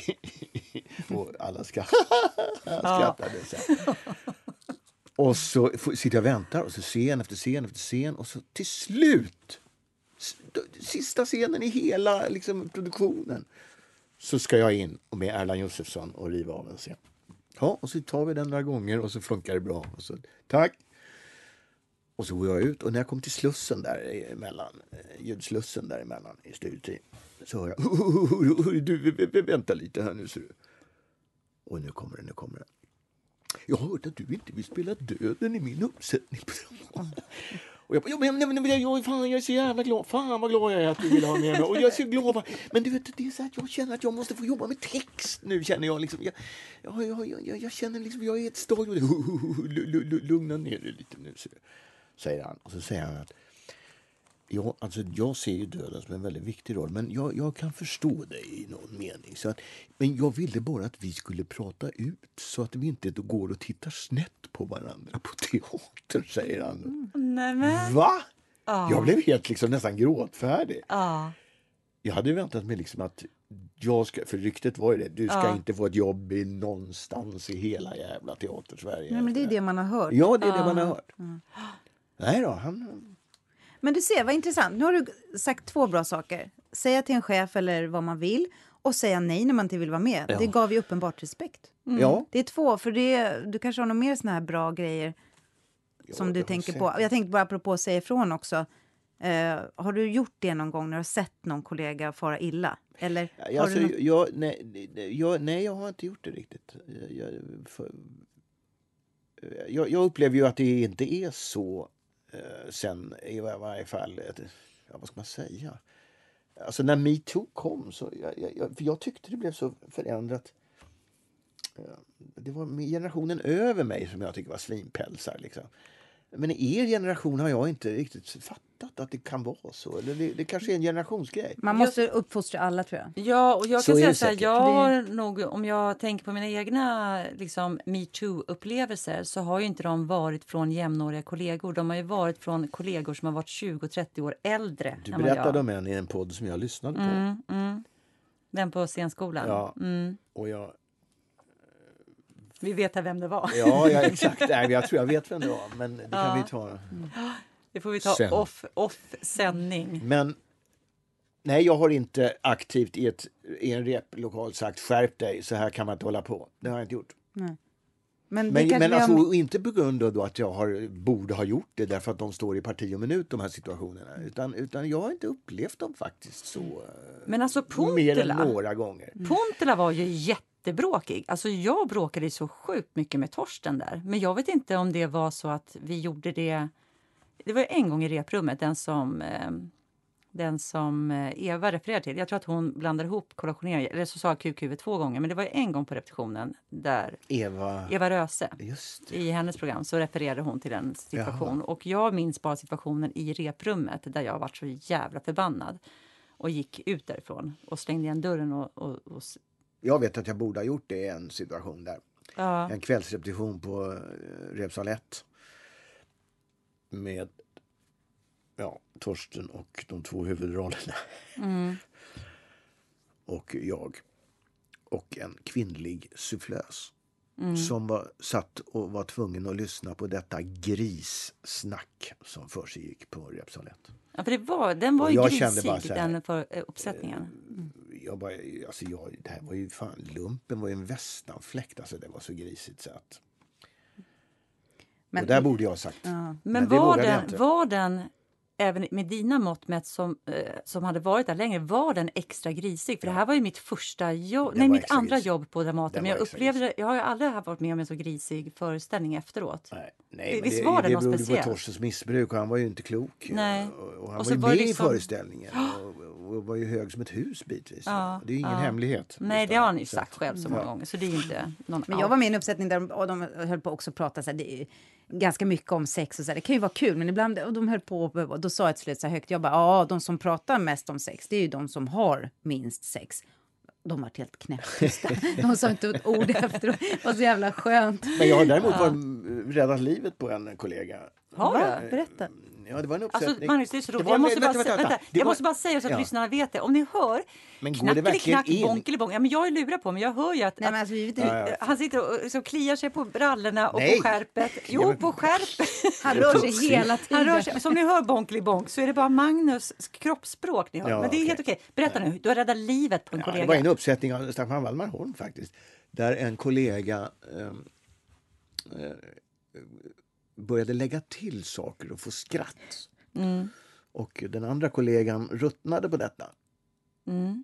och alla ska skrattade. Så och så sitter jag och väntar och så scen efter scen efter scen och så till slut, sista scenen i hela liksom, produktionen, så ska jag in och med Erland Josephson och riva av en scen. Ja, och så tar vi den några gånger och så funkar det bra. Och så, tack! Och så går jag ut och när jag kom till slussen där emellan, ljudslussen där emellan i studiotid, så hör jag, du, vänta lite här nu ser du. Och nu kommer det, nu kommer det. Jag har hört att du inte vill spela döden i min uppsättning på Dramaten. Och jag bara, ja, men, men, men jag, fan, jag är så jävla glad. Fan vad glad jag är att du vill ha med mig. Och jag är så glad. Men du vet, det är så att jag känner att jag måste få jobba med text nu, känner jag. Liksom. Jag, jag, jag, jag, jag känner liksom, jag är ett stadium. Lugna ner dig lite nu, säger han. Och så säger han att ja, alltså, jag ser ju döden som en väldigt viktig roll. Men jag, jag kan förstå dig i någon mening. Så att, men jag ville bara att vi skulle prata ut så att vi inte går och tittar snett på varandra på teatern, säger han. Mm. Nej, men... Va? Ah. Jag blev helt liksom nästan gråtfärdig. Ah. Jag hade väntat mig liksom att jag ska, för ryktet var ju det, du ska ah. inte få ett jobb i någonstans i hela jävla teatersverige. Nej, men det är det man har hört. Ja, det är det ah. man har hört. Mm. Nej då, han... Men du ser, vad intressant. Nu har du sagt två bra saker. Säga till en chef eller vad man vill och säga nej när man inte vill vara med. Ja. Det gav ju uppenbart respekt. Mm. Ja. Det är två, för det, du kanske har några mer såna här bra grejer som ja, du tänker säkert. på. Jag tänkte bara apropå att säga ifrån också. Uh, har du gjort det någon gång när du har sett någon kollega fara illa? Eller ja, har alltså, du något... jag, nej, jag, nej, jag har inte gjort det riktigt. Jag, jag, för, jag, jag upplever ju att det inte är så uh, sen i varje fall, ja, vad ska man säga? Alltså när MeToo kom så, jag, jag, för jag tyckte det blev så förändrat. Det var generationen över mig som jag tycker var svinpälsar liksom. Men i er generation har jag inte riktigt fattat att det kan vara så. Eller det, det kanske är en generationsgrej. Man måste uppfostra alla, tror jag. Ja, och jag Så kan är säga det så här, säkert. jag har nog, om jag tänker på mina egna liksom, MeToo-upplevelser så har ju inte de varit från jämnåriga kollegor. De har ju varit från kollegor som har varit tjugo trettio år äldre. Du än vad berättade jag. om en i en podd som jag lyssnade på. Mm, mm. Den på scenskolan. Ja, Mm. och jag... Vi vet vem det var. Ja, ja exakt. Nej, jag tror jag vet vem det var, men det kan Ja. vi ta. Mm. Det får vi ta Sen. off, off sändning. Men nej, jag har inte aktivt i, ett, i en replokal sagt skärp dig, så här kan man inte hålla på. Det har jag inte gjort. Nej. Men, det Men, kanske men vi har- alltså, inte på grund av då att jag har, borde ha gjort det därför att de står i parti och minut, de här situationerna. Utan, utan jag har inte upplevt dem faktiskt så eh, Men alltså mer än Pontela, några gånger. Pontela var ju jättebråkig. Alltså jag bråkade så sjukt mycket med Torsten där. Men jag vet inte om det var så att vi gjorde det... Det var ju en gång i reprummet, den som, eh, den som eh, Eva refererade till. Jag tror att hon blandar ihop kollationering, eller så sa Q Q två gånger. Men det var ju en gång på repetitionen där Eva, Eva Röse, just det. i hennes program, så refererade hon till en situation. Jaha. Och jag minns bara situationen i reprummet där jag varit så jävla förbannad. Och gick ut därifrån och slängde igen dörren och... och, och s- Jag vet att jag borde ha gjort det i en situation där. ja. En kvällsrepetition på eh, Repsal ett. Med ja, Torsten och de två huvudrollerna. Mm. Och jag. Och en kvinnlig sufflös. Mm. Som var satt och var tvungen att lyssna på detta grissnack som för sig gick på Repsal ett. Ja, för det var, den var Och ju jag kände bara grisig, så här, den för, eh, uppsättningen. Jag bara, alltså jag, det här var ju fan, lumpen var ju en västanfläkt, alltså det var så grisigt så att... Men- och där borde jag ha sagt. Ja. Men det var vågade jag den, inte. var den, även med dina mått mätt som, eh, som hade varit där längre, var den extra grisig? För det här var ju mitt första jobb, Den nej var mitt extra andra grisig. jobb på Dramaten. Den Men jag var extra upplevde det, jag har ju aldrig varit med om en så grisig föreställning efteråt. Nej, nej, men Visst det, var det det något berodde på speciellt? Torstens missbruk och han var ju inte klok. Nej. Och, och han Och var så ju var med det i liksom- föreställningen. Och, och och var ju hög som ett hus bitvis. Ja, det är ingen ja. hemlighet. Nej, det har han ju Så sagt att- själv så många gånger. Så det är inte någon Men jag var med i en uppsättning där de, och de höll på också att prata så här, det är ganska mycket om sex och så här, det kan ju vara kul, men ibland och de höll på och då sa jag till slut så här högt, jag bara, ja, de som pratar mest om sex, det är ju de som har minst sex. De var helt knäpptysta. De sa inte ett ord efteråt. Det var så jävla skönt. Men jag har däremot ja. varit, räddat livet på en kollega. Har Va? du? Berätta. Ja, det var en uppsättning. Alltså, Magnus, det är så roligt. var- Jag måste bara, vänta, säga, vänta, vänta. det Jag var- måste bara säga så att Ja. lyssnarna vet det. Om ni hör Men går det verkligen knack, in? bonkelibong. Ja, men jag är lurar på, men jag hör ju att, Nej, men alltså, vi vet att inte. Ja, ja. han sitter och liksom kliar sig på brallorna och Nej. på skärpet. Jo, Ja, men- på skärpet. Han rör sig hela Han tiden. rör sig. Som ni hör bonkelibong så är det bara Magnus kroppsspråk ni hör. Ja, men det är okej. helt okej. Berätta nu, du har räddat livet på en Ja, kollega. det var en uppsättning av Staffan Wallmarholm faktiskt. Där en kollega ehm, eh, började lägga till saker och få skratt. Mm. Och den andra kollegan ruttnade på detta. Mm.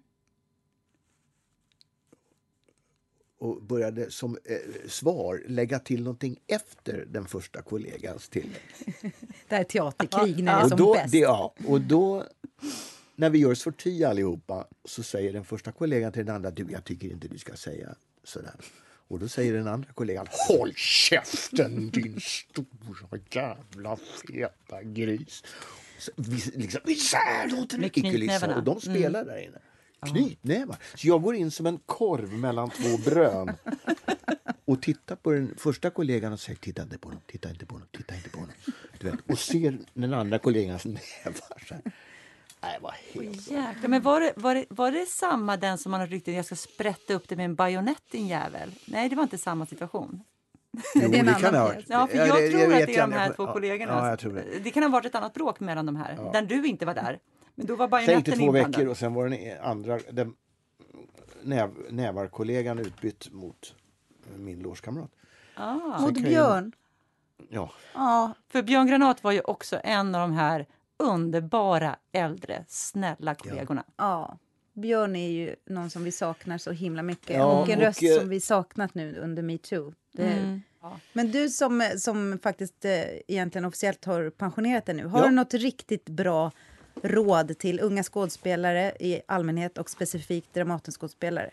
Och började som eh, svar lägga till någonting efter den första kollegans tillägg. Det här är teaterkrig när det är Och som då, bäst. det, ja, och då, när vi gör sorti allihopa, så säger den första kollegan till den andra, du, jag tycker inte du ska säga sådär. Och då säger den andra kollegan, håll käften din stora jävla feta gris. Så vi, liksom, isär låter Med det icke lyssna. knytnävarna. Och de spelar där inne. Knytnävar. Så jag går in som en korv mellan två brön. Och tittar på den första kollegan och säger, titta inte på honom, titta inte på honom, titta inte på honom. Du vet, och ser den andra kollegans nävar så här. Nej, vad helt... Jäklar, men var det, var, det, var det samma den som man har ryktat jag ska sprätta upp det med en bajonett din jävel? Nej, det var inte samma situation. Jo, det är en det kan annan ha pjäs. Ja, för Ja, jag det- tror jag att vet det är de jag- här jag- två ja, kollegorna. Ja, jag tror det. Det kan ha varit ett annat bråk mellan de här. Där du inte var där. Men då var Sen bajonetten gick det två inblandad. veckor och sen var den andra, den näv, nävarkollegan utbytt mot min logekamrat. Ah. Mot kan ju- Björn. Ja, Ja, För Björn Granat var ju också en av de här underbara, äldre, snälla kollegorna. ja. Björn är ju någon som vi saknar så himla mycket. Ja, och en och, röst eh, som vi saknat nu under MeToo. Det, Mm. Ja. Men du som, som faktiskt eh, egentligen officiellt har pensionerat dig nu. Har Ja. du något riktigt bra råd till unga skådespelare i allmänhet och specifikt Dramatenskådespelare?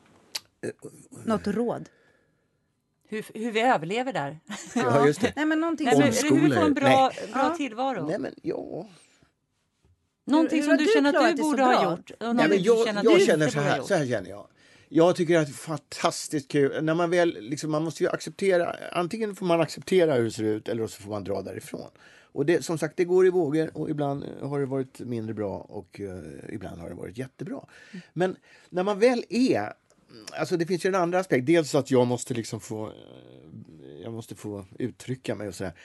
Något råd? Hur, hur vi överlever där. ja just det. Nej, men någonting Nej, som... men, eller hur vi får en bra, Nej. bra Ja. tillvaro. Nej, men ja. Någonting Hur- hur som har du du känner att klarat du dig så borde ha bra? gjort. Och Nej, någonting men du jag känner att jag du känner inte så borde ha här, gjort. så här känner jag. Jag tycker att det är fantastiskt kul. När man väl, liksom, man måste ju acceptera, antingen får man acceptera hur det ser ut eller så får man dra därifrån. Och det, som sagt, det går i vågor och ibland har det varit mindre bra och uh, ibland har det varit jättebra. Mm. Men när man väl är, alltså det finns ju en andra aspekt. Dels att jag måste liksom få, jag måste få uttrycka mig och så här.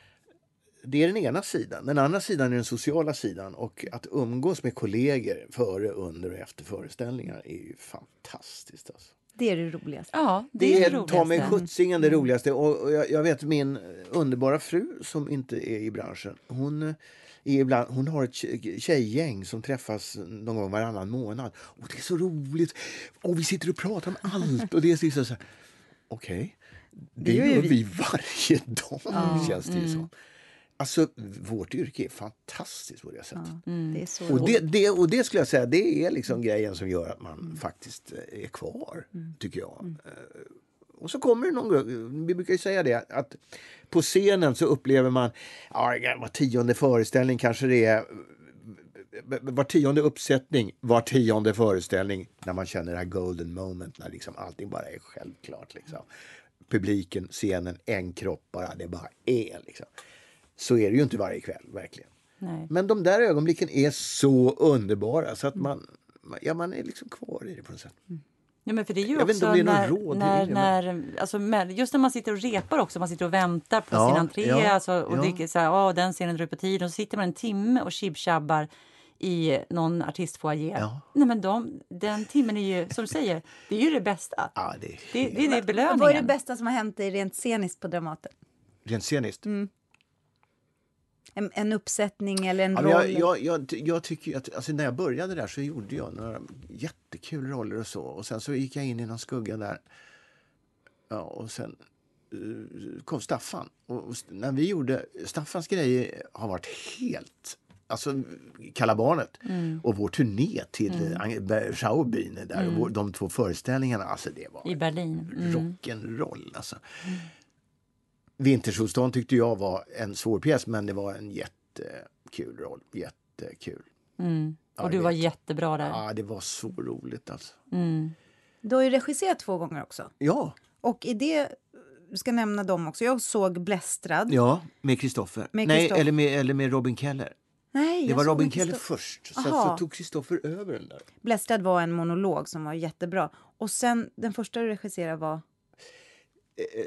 Det är den ena sidan. Den andra sidan är den sociala sidan. Och att umgås med kollegor före, under och efter föreställningar är ju fantastiskt. Alltså. Det är det roligaste. Ja, det, Det är det är ta mig roligaste. skjutsingen det roligaste. Och och jag, jag vet min underbara fru som inte är i branschen. Hon, är ibland, hon har ett tje- tjejgäng som träffas någon gång varannan månad. Och det är så roligt. Och vi sitter och pratar om allt. Och det är liksom så här, okej. Okay. Det gör ju gör vi. vi varje dag, Ja, känns det ju mm. som. Alltså, vårt yrke är fantastiskt på det sättet. Ja, Mm. det är så Och det, roligt. det, och det skulle jag säga, det är liksom grejen som gör att man faktiskt eh, är kvar, tycker jag. Eh, Och så kommer det någon gång, vi brukar ju säga det, att på scenen så upplever man, ja, var tionde föreställning kanske det är, var tionde uppsättning, var tionde föreställning, när man känner det här golden moment, när liksom allting bara är självklart. Liksom. Publiken, scenen, en kropp bara, det bara är liksom. Så är det ju inte varje kväll, verkligen. Nej. Men de där ögonblicken är så underbara så att man, ja, man är liksom kvar i det på något sätt. Ja, men för det är ju Jag vet inte också om det är när, någon råd i när, det, när, alltså, med, just när man sitter och repar också, man sitter och väntar på Ja, sin entré ja, alltså, och ja. det är så här, ja, den scenen drar på tiden och så sitter man en timme och chibchabbar i någon artistfoajé. Ja. Nej, men de, den timmen är ju, som du säger, det är ju det bästa. Ja, det är Det, det är det belöningen. Vad är det bästa som har hänt dig rent sceniskt på Dramaten? rent sceniskt. En, en uppsättning eller en Ja, roll? men jag, jag, jag, jag tycker ju att alltså, när jag började där så gjorde jag några jättekul roller och så. Och sen så gick jag in i någon skugga där. Ja, och sen uh, kom Staffan. Och, och när vi gjorde, Staffans grejer har varit helt alltså Kalla barnet. Mm. Och vår turné till Mm. mm. Schaubühne där. Mm. Och vår, de två föreställningarna, alltså det var I Berlin. Mm. rock'n'roll. Alltså. Mm. Vintersolstan tyckte jag var en svår pjäs, men det var en jättekul roll. Jättekul. Mm. Och ja, du var vet. jättebra där. Ja, det var så roligt alltså. Mm. Du har ju regisserat två gånger också. Ja. Och i det, vi ska nämna dem också. Jag såg Blästrad. Ja, med Kristoffer. Med Nej, Christopher. eller med, eller med Robin Keller. Nej, det jag var såg Robin med Keller Christo- först. Sen Aha. så tog Kristoffer över den där. Blästrad var en monolog som var jättebra. Och sen, den första du regisserade var? Eh,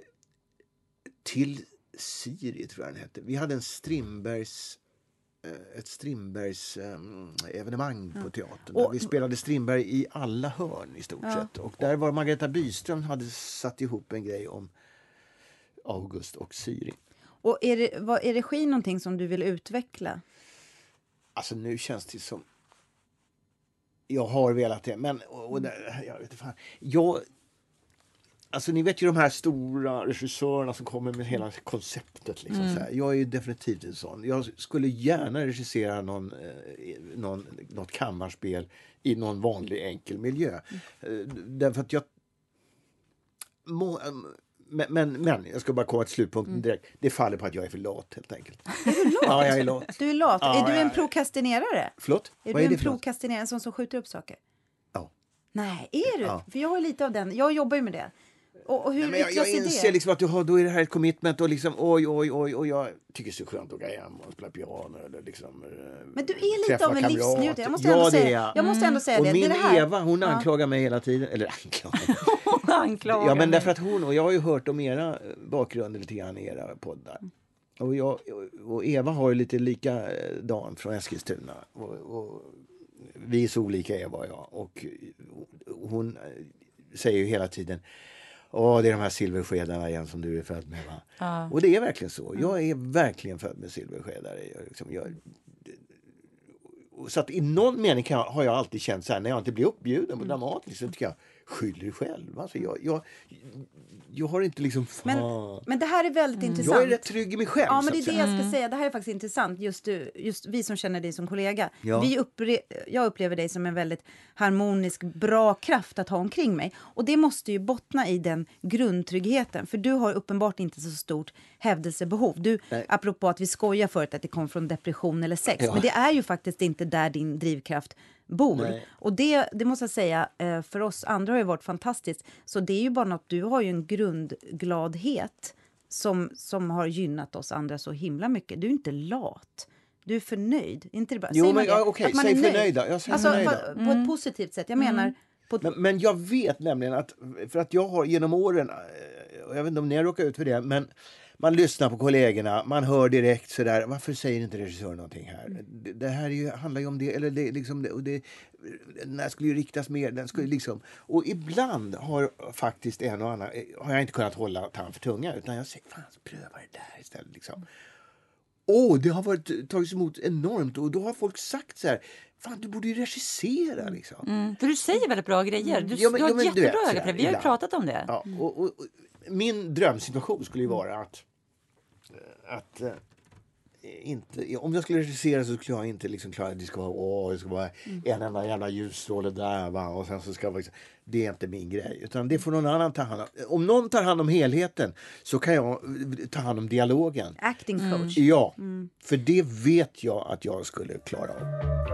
till Siri tror jag den hette. Vi hade en Strindbergs ett Strindbergs um, evenemang ja. på teatern. Och, vi spelade Strindberg i alla hörn i stort ja. sett. Och där var Margareta Byström hade satt ihop en grej om August och Siri. Och är, det, vad, är regi någonting som du vill utveckla? Alltså nu känns det som jag har velat det. Men och, och där, jag vet inte fan. Jag Alltså ni vet ju de här stora regissörerna som kommer med hela konceptet. Liksom, mm. så här. Jag är ju definitivt en sån. Jag skulle gärna regissera någon, eh, någon, något kammarspel i någon vanlig enkel miljö. Mm. Eh, därför att jag... Må, men, men, men jag ska bara komma till slutpunkten direkt. Det faller på att jag är för lat helt enkelt. Är du lat? Ja, jag är lat. Du är lat. Ja, är du en jag... prokrastinerare? Förlåt? Är Vad du är det en prokrastinerare som, som skjuter upp saker? Ja. Nej, är du? Ja. För jag har lite av den. Jag jobbar ju med det. Och, och hur Nej, men jag, jag inser det? liksom att du har, då är det här ett commitment och liksom oj, oj, oj, och jag tycker det är så skönt att åka hem och spela piano eller liksom. Men du är lite av en livsnjutare. Jag måste ändå ja, säga, jag. jag måste ändå säga och det. min det, är det här. Eva, hon ja. anklagar mig hela tiden. Eller anklagar. Hon anklagar Ja, men mig. därför att hon, och jag har ju hört om era bakgrunder lite grann i era poddar. Och, jag, och Eva har ju lite lika dan från Eskilstuna. Och, och vi är så olika, Eva och jag. Och hon säger ju hela tiden åh, det är de här silverskedarna igen som du är född med, va? Ja. Och det är verkligen så. Jag är verkligen född med silverskedar. Jag, liksom, jag, så att i någon mening kan jag, har jag alltid känt så här, när jag inte blir uppbjuden på Dramatiskt, så tycker jag, skyll dig själv. Alltså, jag, jag, jag har inte liksom... Men, men det här är väldigt mm. intressant. Jag är rätt trygg i mig själv. Ja, men det är det jag ska mm. säga. Det här är faktiskt intressant. Just, du, just vi som känner dig som kollega. Ja. Vi uppre, jag upplever dig som en väldigt harmonisk, bra kraft att ha omkring mig. Och det måste ju bottna i den grundtryggheten. För du har uppenbart inte så stort hävdelsebehov. Du, apropå att vi skojar förut att det kom från depression eller sex. Ja. Men det är ju faktiskt inte där din drivkraft bor. Nej. Och det, det måste jag säga, för oss andra har ju varit fantastiskt. Så det är ju bara något, du har ju en grundgladhet som, som har gynnat oss andra så himla mycket. Du är inte lat. Du är förnöjd. Inte det bara, jo, men ja, okej, okay. säg förnöjda. Jag säger alltså, förnöjda. På, på ett positivt sätt. Jag mm. menar... På ett... men, men jag vet nämligen att, för att jag har genom åren, jag vet inte om ni har råkat ut för det, men man lyssnar på kollegorna, man hör direkt sådär, varför säger inte regissören någonting här? Mm. Det, det här är ju, handlar ju om det, eller det, liksom, det, och det, den här skulle ju riktas mer, den skulle liksom, och ibland har faktiskt en och annan, har jag inte kunnat hålla tand för tunga, utan jag säger, fan, pröva det där istället liksom. Åh, oh, det har varit, tagits emot enormt, och då har folk sagt så här, fan, du borde ju regissera liksom. Mm, för du säger väldigt bra grejer. Du, ja, men, du har ja, men, jättebra du vet, öga för det. Vi har ju pratat om det. Ja, och, och, och min drömsituation skulle ju vara att att äh, inte, om jag skulle regissera så skulle jag inte liksom klara att det ska vara, åh, det ska vara mm. en enda jävla ljusstråle där, va? Och sen så ska det, det är inte min grej, utan det får någon annan ta hand om. Om någon tar hand om helheten så kan jag ta hand om dialogen. Acting coach. Mm. Ja, mm. för det vet jag att jag skulle klara av.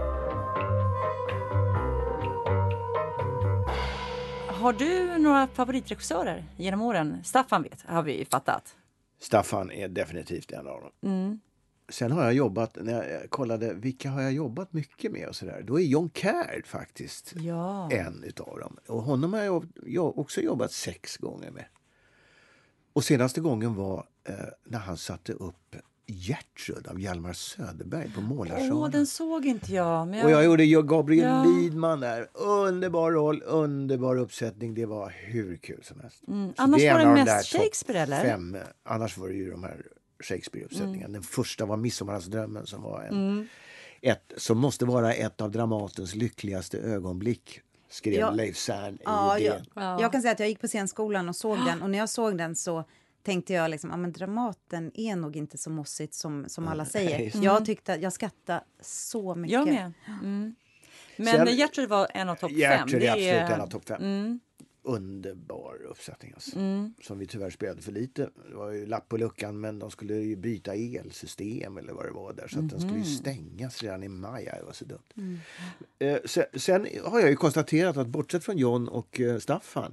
Har du några favoritregissörer genom åren? Staffan vet, har vi fattat. Staffan är definitivt en av dem. Mm. Sen har jag jobbat, när jag kollade vilka har jag jobbat mycket med och sådär, då är John Caird faktiskt ja. en utav dem. Och honom har jag, jag också jobbat sex gånger med. Och senaste gången var eh, när han satte upp Gertrud av Hjalmar Söderberg på Målarsalen. Åh, den såg inte jag. Men jag... Och jag gjorde Gabriel ja. Lidman där. Underbar roll, underbar uppsättning. Det var hur kul som helst. Mm. Annars var det mest Shakespeare, eller? Fem. Annars var det ju de här Shakespeare-uppsättningarna. Mm. Den första var Midsommarnasdrömmen som var en... Mm. Ett, som måste vara ett av Dramatens lyckligaste ögonblick, skrev ja. Leif Zern i ja, det. Ja. Ja. Jag kan säga att jag gick på scenskolan och såg den. Och när jag såg den så tänkte jag liksom, ja men Dramaten är nog inte så mossigt som, som alla säger. just det. Jag tyckte, jag skattade så mycket. Jag med. Mm. Men Sen- Gertrud var en av topp fem. Gertrud är Det absolut en av topp fem. Mm. Underbar uppsättning alltså. Mm. Som vi tyvärr spelade för lite. Det var ju lapp på luckan, men de skulle ju byta elsystem eller vad det var där. Så att den skulle ju stängas redan i maj. Det var så dumt. Mm. Eh, sen, sen har jag ju konstaterat att bortsett från John och eh, Staffan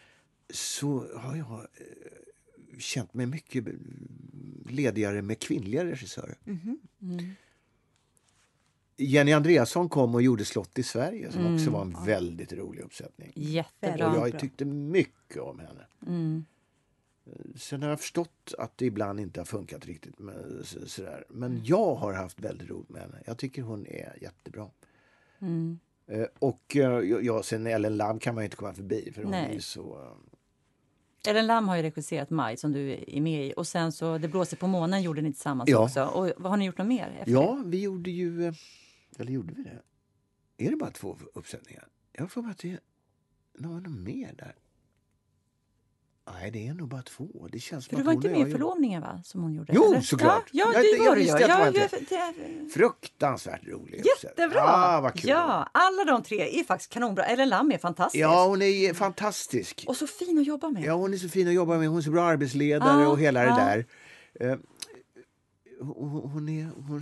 så har jag eh, känt mig mycket ledigare med kvinnliga regissörer. Mhm. Mm. Jenny Andreasson kom och gjorde Slott i Sverige som också var en väldigt rolig uppsättning. Jättebra. Och jag bra. tyckte mycket om henne. Mm. Sen har jag förstått att det ibland inte har funkat riktigt med så, sådär. Men jag har haft väldigt roligt med henne. Jag tycker hon är jättebra. Mm. Eh, och eh, ja, sen Ellen Lam kan man ju inte komma förbi för hon Nej. är ju så... eh, Ellen Lam har ju regisserat Maj som du är med i. Och sen så Det blåser på månen gjorde ni tillsammans Ja. också. Och vad har ni gjort något mer efter Ja, det? vi gjorde ju... eh, Eller gjorde vi det? Är det bara två uppsättningar? Jag får bara att det är något mer där. Nej, det är nog bara två. Det känns För som du att var hon inte och med i jag gjorde- förlovningen va? Som hon gjorde. Jo, eller? såklart. Ja, Jag- ja jag det var du visste ju. att det var Ja, inte- ja, det- Fruktansvärt rolig uppsättning. Jättebra! Ah, vad kul. Ja, alla de tre är faktiskt kanonbra. Ellen Lam är fantastisk. Ja, hon är fantastisk. Och så fin att jobba med. Ja, hon är så fin att jobba med. Hon är så bra arbetsledare Ja, och hela ja. det där. Eh, hon, hon är... Hon,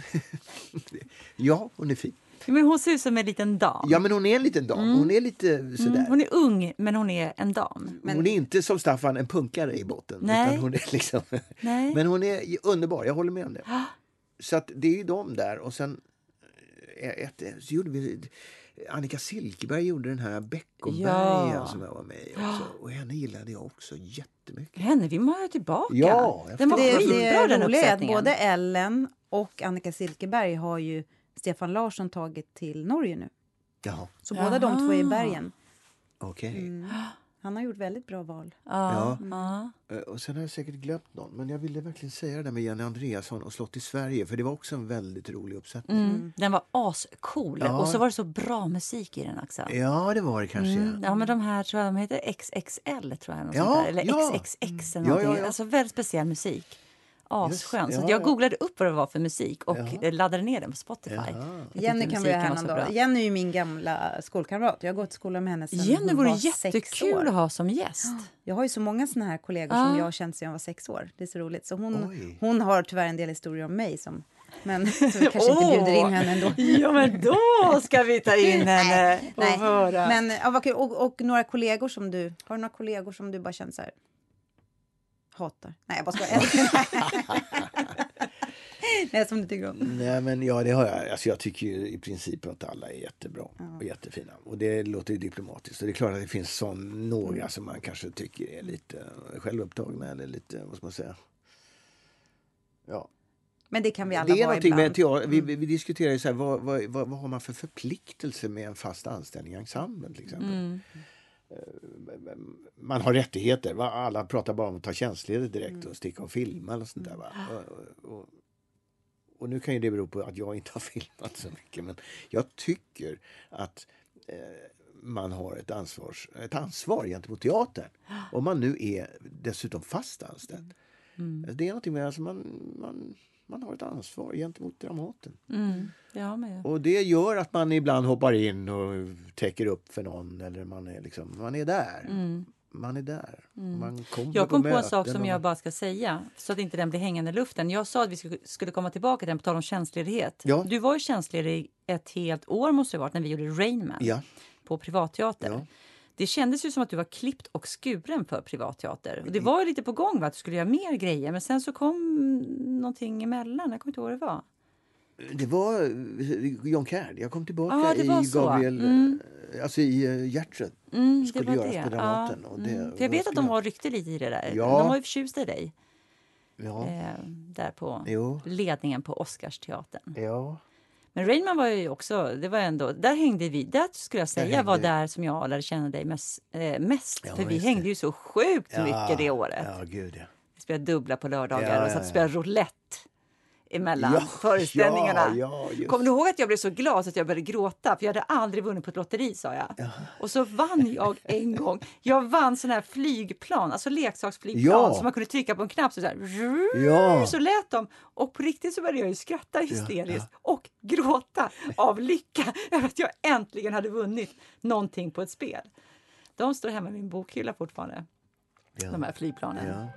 ja, hon är fin. Men hon ser ut som en liten dam. Ja, men hon är en liten dam. Hon är lite sådär. Mm, hon är ung, men hon är en dam. Hon är inte som Staffan en punkare i botten. Nej. Utan hon är liksom, Nej. men hon är underbar, jag håller med om det. Så att det är ju de där. Och sen eh, ett, så gjorde vi, Annika Silkeberg gjorde den här Beckomberga Ja. som jag var med i också. Och henne gillade jag också jättemycket. Henne vill man ha tillbaka. Ja, den var Det, det skitbra är den roliga är att uppsättningen. både Ellen och Annika Silkeberg har ju Stefan Larsson tagit till Norge nu. Ja, Så båda de två är i Jaha. bergen. okej. Mm. Han har gjort väldigt bra val. Ja. Ja. Ja. Eh, Och sen har jag säkert glömt någon. Men jag ville verkligen säga det där med Jenny Andreasson och Slott i Sverige. För det var också en väldigt rolig uppsättning. Mm. Den var ascool. Ja. Och så var det så bra musik i den också. Ja, det var det kanske. Mm. Ja, men de här tror jag de heter X X L tror jag. Något Ja, sånt där. Eller ja. X X X eller Ja, någonting. ja, ja. Alltså väldigt speciell musik. Asskönt. Just, Så ja, jag ja. googlade upp vad det var för musik och Ja. laddade ner den på Spotify. Jaha. Jag tyckte Jenny kan vi musiken ha här var någon så dag. bra. Jenny är ju min gamla skolkamrat. Jag har gått i skolan med henne sedan Jenny hon vore var sex jättekul år. att ha som gäst. Jag har ju så många såna här kollegor Ja. som jag har känt sedan jag var sex år. Det är så roligt. Så hon, Oj. hon har tyvärr en del historier om mig. Som, men så vi kanske inte bjuder in henne ändå. Ja, men då ska vi ta in henne och Nej, höra. men ja, vad kul. och, och några kollegor som du... Har du några kollegor som du bara känner så här... Hatar? Nej, jag bara skojar. Nej, som du tycker om. Nej, men ja, det har jag. Alltså, jag tycker ju i princip att alla är jättebra och jättefina. Och det låter ju diplomatiskt. Och det är klart att det finns sån, några som man kanske tycker är lite självupptagna eller lite, vad ska man säga? Ja. Men det kan vi alla Det är vara någonting med ibland. teater. Vi, vi, vi diskuterar ju så här, vad, vad, vad, vad har man för förpliktelse med en fast anställning i ensemblen till exempel? Mm. Man har rättigheter. Va? Alla pratar bara om att ta tjänstledigt direkt och sticka och filma och sånt där. Va? Och, och, och nu kan ju det bero på att jag inte har filmat så mycket. Men jag tycker att eh, man har ett, ansvars, ett ansvar gentemot teatern. Om man nu är dessutom fast anställd. Mm. Det är någonting med alltså man, man, man har ett ansvar gentemot Dramaten. Mm. Ja, men... Och det gör att man ibland hoppar in och täcker upp för någon. Eller man är, liksom, man är där. Mm. Man är där. Man kommer Jag kom på en möten sak som och- jag bara ska säga så att inte den blir hängande i luften. Jag sa att vi skulle- skulle komma tillbaka till den på tal om tjänstledighet. Ja. Du var ju tjänstledig ett helt år måste det ha varit när vi gjorde Rain Man Ja. på privatteater. Ja. Det kändes ju som att du var klippt och skuren för privatteater. Och det var ju lite på gång va? Att du skulle göra mer grejer. Men sen så kom någonting emellan. Jag kommer inte ihåg vad det var. Det var eh, John Caird. Jag kom tillbaka Ja, det var i så. Gabriel, Mm. eh, alltså i uh, Gertrud. Mm, det Skulle var göras det. på Dramaten. Ja, Och det- mm. och För jag då vet att skulle de jag- var rykte lite i det där. Ja. De var ju förtjusta i dig. Ja. Eh, där på Jo. ledningen på Oscarsteatern. Ja. Men Rainman var ju också, det var ändå, där hängde vi, där skulle jag säga hängde var vi. där som jag lärde känna dig mest. Eh, mest Ja, för vi just hängde det. ju så sjukt Ja. mycket det året. Ja, gud ja. Vi spelade dubbla på lördagar Ja, och satt ja, och spelade roulette. emellan Ja, föreställningarna. ja, ja, Kommer du ihåg att jag blev så glad att jag började gråta? För jag hade aldrig vunnit på ett lotteri, sa jag. Ja. Och så vann jag en gång. Jag vann sån här flygplan, alltså leksaksflygplan, Ja. som man kunde trycka på en knapp så, så, här, Ja. så lät de. Och på riktigt så började jag ju skratta hysteriskt och gråta av lycka över att jag äntligen hade vunnit någonting på ett spel. De står hemma i min bokhylla fortfarande, Ja. de här flygplanen. Ja.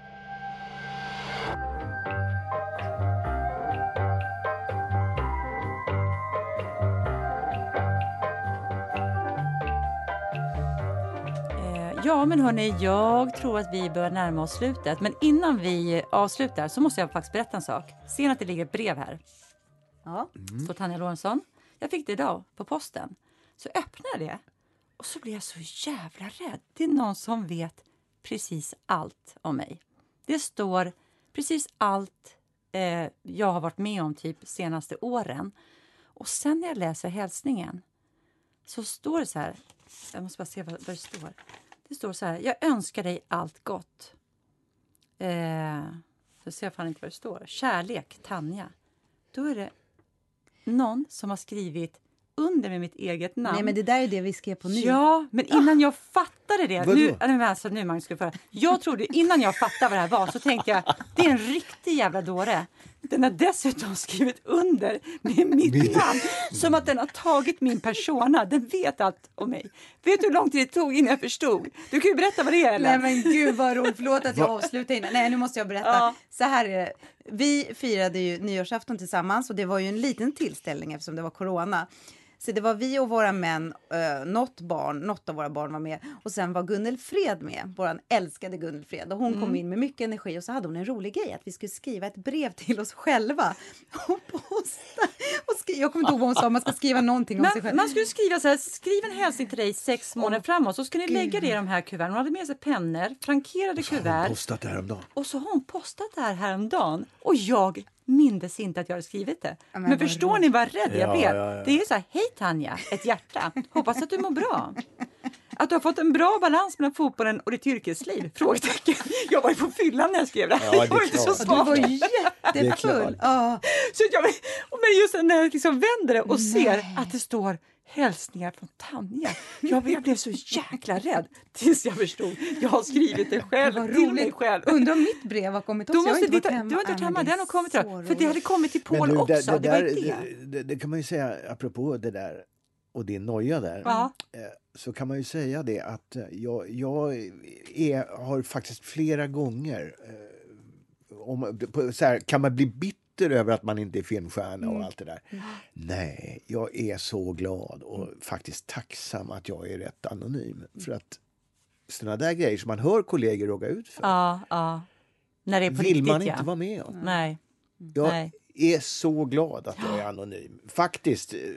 Ja, men hörni, jag tror att vi börjar närma oss slutet. Men innan vi avslutar så måste jag faktiskt berätta en sak. Ser ni att det ligger ett brev här? Ja. Mm. Står Tanja Lorentzon. Jag fick det idag på posten. Så öppnar jag det. Och så blir jag så jävla rädd. Det är någon som vet precis allt om mig. Det står precis allt eh, jag har varit med om typ senaste åren. Och sen när jag läser hälsningen så står det så här. Jag måste bara se vad, vad det står. Det står så här. Jag önskar dig allt gott. Eh, så ser jag fan inte vad det står. Kärlek, Tanja. Då är det någon som har skrivit under med mitt eget namn. Nej, men det där är det vi skrev på nu. Ja, men innan jag fattade det. Vadå? Nu, nej, men alltså, nu Magnus, ska jag föra. Jag trodde, innan jag fattade vad det här var, så tänkte jag, det är en riktig jävla dåre. Den har dessutom skrivit under med mitt namn. Som att den har tagit min persona. Den vet allt om mig. Vet du hur lång tid det tog innan jag förstod? Du kan ju berätta vad det är, eller? Nej men gud vad roligt, förlåt att jag avslutar innan. Nej, nu måste jag berätta. Ja. Så här är det. Vi firade ju nyårsafton tillsammans och det var ju en liten tillställning eftersom det var corona. Så det var vi och våra män, uh, något barn, något av våra barn var med. Och sen var Gunnel Fred med, våran älskade Gunnel Fred. Och hon mm. kom in med mycket energi och så hade hon en rolig grej. Att vi skulle skriva ett brev till oss själva. Och posta. Och skri- jag kommer inte ihåg vad hon sa, man ska skriva någonting om Men, sig själv. man skulle skriva så här, skriv en hälsning till dig sex månader framåt. Så ska ni lägga det i de här kuverten. Hon hade med sig pennor, frankerade Så har hon kuvert. postat det häromdagen. Och så har hon postat det här häromdagen. Och jag mindes inte att jag hade skrivit det. men Men, vad förstår roligt. ni vad rädd jag Ja, blev? ja, ja. Det är ju så här, hej Tanja, ett hjärta. Hoppas att du mår bra. Att du har fått en bra balans mellan fotbollen och ditt yrkesliv? Frågetecken. Jag var ju på fyllan när jag skrev det. Ja, det är jag var inte så klart. Du smart. var Det är jättefull. klart. Ja. Så jag, men just när jag liksom vänder det och ser att det står hälsningar från Tanja. Jag, jag blev så jäkla rädd tills jag förstod. Jag har skrivit det själv Vad till roligt. mig själv. Undrar om mitt brev har kommit Du också. Jag har måste inte varit titta, hemma. du har inte varit Ja, men hemma, det den har är kommit så tror jag. För det hade kommit till Paul Men du, också, det, var ju där, det. det, det kan man ju säga, apropå det där och din noja där. Ja. eh, Så kan man ju säga det att eh, jag, jag är, har faktiskt flera gånger eh, om, på, så här, kan man bli bitter över att man inte är filmstjärna och allt det där. Mm. Nej, jag är så glad och faktiskt tacksam att jag är rätt anonym. För att sådana där grejer som man hör kollegor råga ut för Ja, ja. När det är på vill riktigt, man ja. inte vara med om. Nej. Jag Nej. är så glad att jag är anonym. Faktiskt, eh,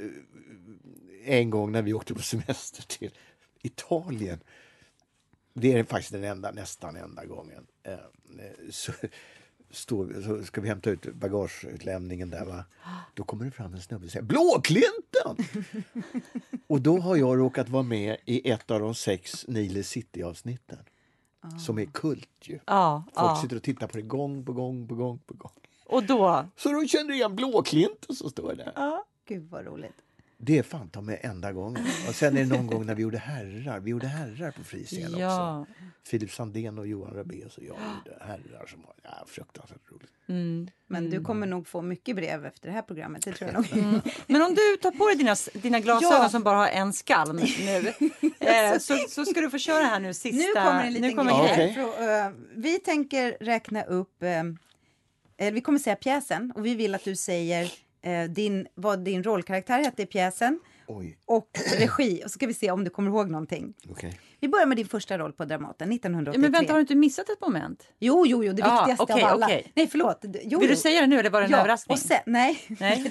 en gång när vi åkte på semester till Italien, det är faktiskt den enda, nästan enda gången, eh, så, står, så ska vi hämta ut bagageutlämningen där, va? Då kommer det fram en snubbe och säger Blåklinten! Och då har jag råkat vara med i ett av de sex Nile City-avsnitten. Som är kult ju. Ja, Folk ja. sitter och tittar på det gång på gång på gång på gång. Och då... Så de kände igen Blåklinten som står där. Ja. Gud vad roligt. Det är fan ta med enda gången. Och sen är det någon gång när vi gjorde herrar. Vi gjorde herrar på friscen Ja. också. Filip Sandén och Johan Rabaeus och jag gjorde herrar som var ja, fruktansvärt roligt. Mm. Men du kommer nog få mycket brev efter det här programmet, det tror jag nog. Mm. Men om du tar på dig dina, dina glasögon Ja. som bara har en skalm nu, eh, så, så ska du få köra här nu sista... Nu kommer en liten nu kommer grej. Ja, okej. Frå- eh, vi tänker räkna upp, eh, eh, vi kommer säga pjäsen och vi vill att du säger eh, din, vad din rollkaraktär heter i pjäsen Oj, och regi. Och så ska vi se om du kommer ihåg någonting. okej. Vi börjar med din första roll på Dramaten, Ja, nittonhundraåttiotre. men vänta, har du inte missat ett moment? Jo, jo, jo, det Ja, viktigaste okej, av alla. okej. Nej, förlåt. Jo, Vill jo. du säga det nu eller var det en ja, överraskning? och sen, nej. Nej.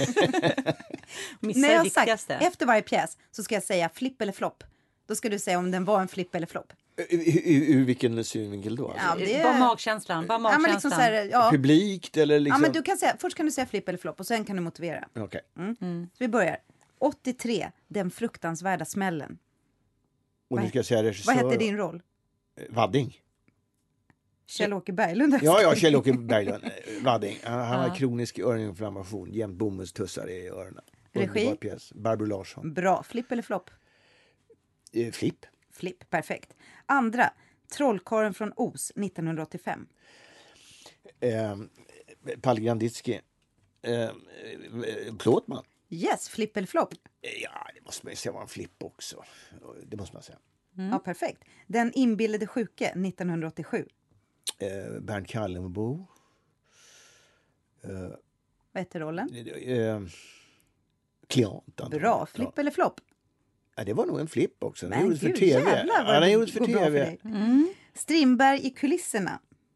Missa När det jag har sagt, viktigaste. efter varje pjäs så ska jag säga flipp eller flopp. Då ska du säga om den var en flipp eller flopp. Ur, ur, ur vilken synvinkel då? Alltså? Ja, det- Bara magkänslan. Bara Ja, magkänslan. men liksom så här, ja. Publikt eller liksom? Ja, men du kan säga, först kan du säga flipp eller flopp och sen kan du motivera. Okej. Så vi börjar. åttiotre, den fruktansvärda smällen. Och nu ska jag säga regissör. Vad hette din roll? Vadding. Kjell-Åke Berglund. Ja, ja, Kjell-Åke Berglund, Wadding. Han, han har kronisk öroninflammation, jämt bomullstussar i öronen. Regi? Pjäs. Barbro Larsson. Bra. Flipp eller flopp? Eh, Flipp. Flipp, perfekt. Andra, Trollkarlen från Oz nittonhundraåttiofem. Eh, Palle Granditsky. Eh, Plåtman. Yes, flipp eller flopp? Ja, det måste man ju säga var en flipp också. Det måste man säga. Mm. Ja, perfekt. Den inbillade sjuke nittonhundraåttiosju. Eh, Bernt Kallenbo. Eh, Vad heter rollen? eh, Kliant. Bra. Flipp ja. eller flopp? Ja, det var nog en flipp också. Den Men gjordes för gud, tv. jävlar vad Ja, den det gjordes för går bra tv. för dig. Mm. Strindberg i kulisserna.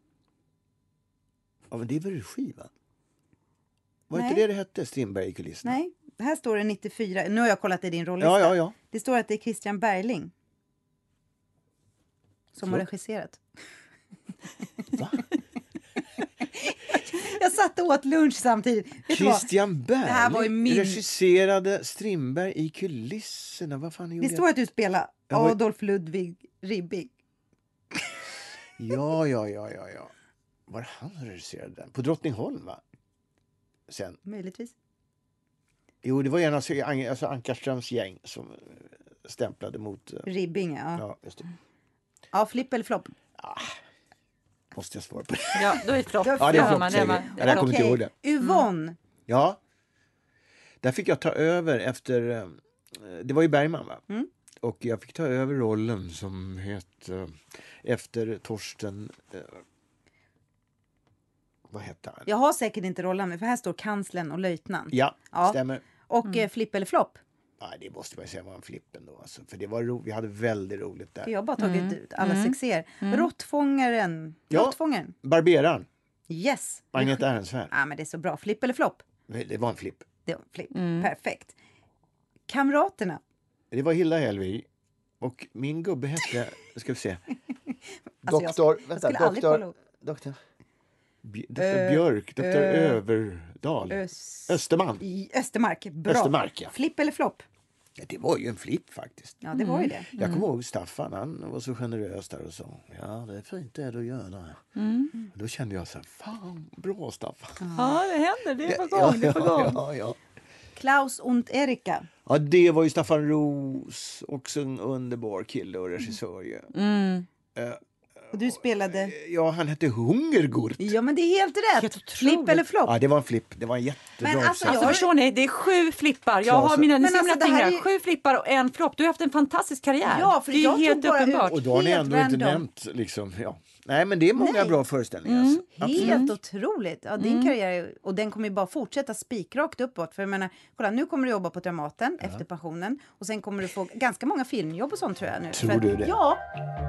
Ja, men det är väl regi, va? Var Nej. inte det det hette, Strindberg i kulisserna? Nej, här står det nittiofyra. Nu har jag kollat i din rollista. Ja, ja, ja. Det står att det är Christian Bergling som Så? har regisserat. Va? Jag satt och åt lunch samtidigt. Vet du vad? Christian Det här var ju Bergling min- regisserade Strindberg i kulisserna. Vad fan gjorde Det står att du spelar Jag var- Adolf Ludvig Ribbing. Ja, ja, ja, ja, ja. Var det han som regisserade den? På Drottningholm, va? Sen. Möjligtvis. Jo, det var en av alltså Ankarströms gäng som eh, stämplade mot... eh, Ribbing, ja. Ja, Ja, just det. flipp eller flopp? Måste jag svara på det? Ja, då är det flopp. Ja, Ja, det är hör flopp, man, säger hör vi. man. Ja, jag kommer inte ihåg det. Yvonne. Ja. Där fick jag ta över efter... eh, Det var ju Bergman, va? Mm. Och jag fick ta över rollen som hette... eh, Efter Torsten... eh, Vad hette han? Jag har säkert inte rollen, för här står kanslern och löjtnant. Ja, Ja. stämmer. Och eh, flipp eller flopp? Nej, det måste man ju säga var en flipp ändå. Alltså. För det var ro- vi hade väldigt roligt där. Jag har bara tagit ut alla sexer. Råttfångaren. Ja. Råttfångaren. Barberaren, Yes. Agneta Ehrensvärd. Ja, men det är så bra. Flipp eller flopp? Det var en flipp. Det var flipp. Perfekt. Kamraterna. Det var Hilda Hellvig. Och min gubbe hette, ska vi se. Alltså, jag- doktor, jag vänta, skulle aldrig kolla doktor, upp. doktor, Bj- doktor Ö- Björk, doktor ö- Överdal. Ös- Österman. I Östermark. Bra. Östermark, ja. Flipp eller flopp? Ja, det var ju en flipp faktiskt. Ja, det var ju det. Jag kommer ihåg Staffan, han var så generös där och sa ja, det är fint det du gör där. Mm. Då kände jag så här, fan, bra Staffan. Ja, det händer. Det är på Ja, gång. Det är på ja, gång. ja, ja. Klaus und Erika. Ja, det var ju Staffan Roos, också en underbar kille och regissör ju. Mm. Eh, Och du spelade... ja, han hette Hungergurt. Ja, men det är helt rätt. Helt otroligt. Flipp eller flopp? Ja, det var en flipp. Det var en jättebra Men alltså, uppsättning. Alltså Jag- förstår ni, det är sju flippar. Jag Klas- har mina Men ni alltså, ser mina det här fingrar. är- Sju flippar och en flopp. Du har haft en fantastisk karriär. Ja, för det är jag helt tog bara ut- uppenbart. Och då har ni helt ändå inte random. nämnt liksom, ja. Nej, men det är många Nej. bra föreställningar. Alltså. Absolut. Helt otroligt. Ja, din karriär, är- och den kommer ju bara fortsätta spikrakt uppåt. För jag menar, kolla, nu kommer du jobba på Dramaten efter pensionen. Och sen kommer du få ganska måga filmjobb och sånt tror jag nu. Tror För att- du det? Ja.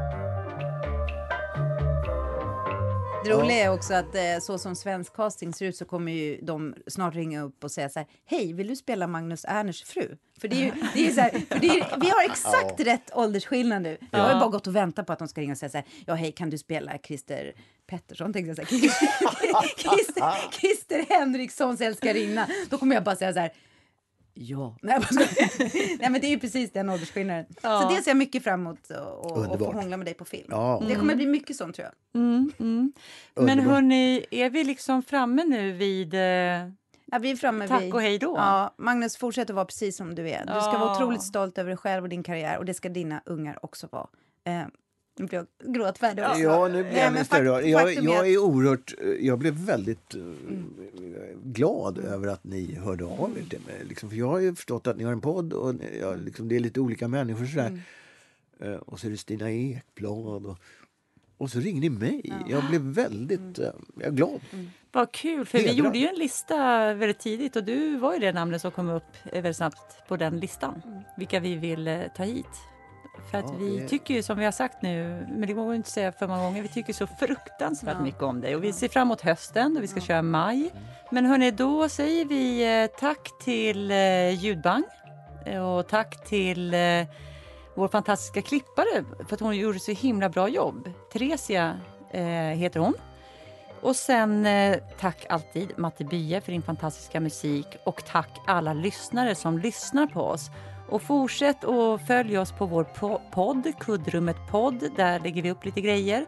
Det roliga är också att eh, så som svensk casting ser ut så kommer ju de snart ringa upp och säga så här: hej, vill du spela Magnus Erners fru? För det är ju, det är ju så här, för det är, vi har exakt rätt åldersskillnad nu. Jag har ju bara gått och väntat på att de ska ringa och säga så här: ja, hej, kan du spela Christer Pettersson? Tänkte jag så här, Christer, Christer Henrikssons älskarinna. Då kommer jag bara säga så här: ja. Nej, jag bara skojar. Nej, men det är ju precis den åldersskillnaden. Ja. Så det ser jag mycket fram emot och, och, och få Underbart. hångla med dig på film. Ja. Det kommer bli mycket sånt tror jag. Mm, mm. Men Underbart. hörni, är vi liksom framme nu vid eh, Ja, vi är framme tack vid... och hej då? Ja, Magnus, fortsätt att vara precis som du är. Du ska Ja. vara otroligt stolt över dig själv och din karriär. Och det ska dina ungar också vara. Eh, nu blir jag gråtfärdig också. Ja, nu blir Nej, jag men nästan fak- rörd. Jag, faktum är jag att- är oerhört... Jag blev väldigt uh, glad över att ni hörde av er till mig. Liksom, för jag har ju förstått att ni har en podd och jag, liksom, det är lite olika människor sådär. Uh, och så är det Stina Ekblad och, och så ringde ni mig. Jag blev väldigt uh, jag är glad. Vad kul, för vi Hedrad. gjorde ju en lista väldigt tidigt och du var ju det namnet som kom upp eh, väldigt snabbt på den listan. Vilka vi vill eh, ta hit. För att Ja, vi det- tycker ju som vi har sagt nu, men det går inte att säga för många gånger, vi tycker så fruktansvärt Ja. mycket om dig. Och vi ser fram emot hösten och vi ska köra maj. Men hörni, då säger vi eh, tack till eh, Ljudbang eh, och tack till eh, vår fantastiska klippare för att hon gjorde så himla bra jobb. Theresia eh, heter hon. Och sen eh, tack alltid Matte Bye för din fantastiska musik och tack alla lyssnare som lyssnar på oss. Och fortsätt och följ oss på vår po- podd, Kuddrummet podd, där lägger vi upp lite grejer.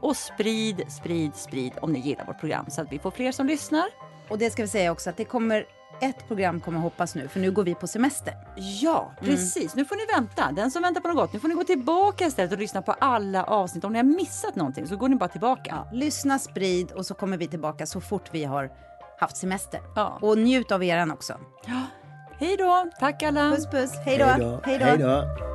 Och sprid, sprid, sprid om ni gillar vårt program så att vi får fler som lyssnar. Och det ska vi säga också att det kommer, ett program kommer hoppas nu, för nu går vi på semester. Ja, precis. Mm. Nu får ni vänta. Den som väntar på något gott, nu får ni gå tillbaka istället och lyssna på alla avsnitt. Om ni har missat någonting så går ni bara tillbaka. Ja, lyssna, sprid och så kommer vi tillbaka så fort vi har haft semester. Ja. Och njut av eran också. Ja. Hej då, tack alla. Puss puss, hej då. Hej då. Hej då.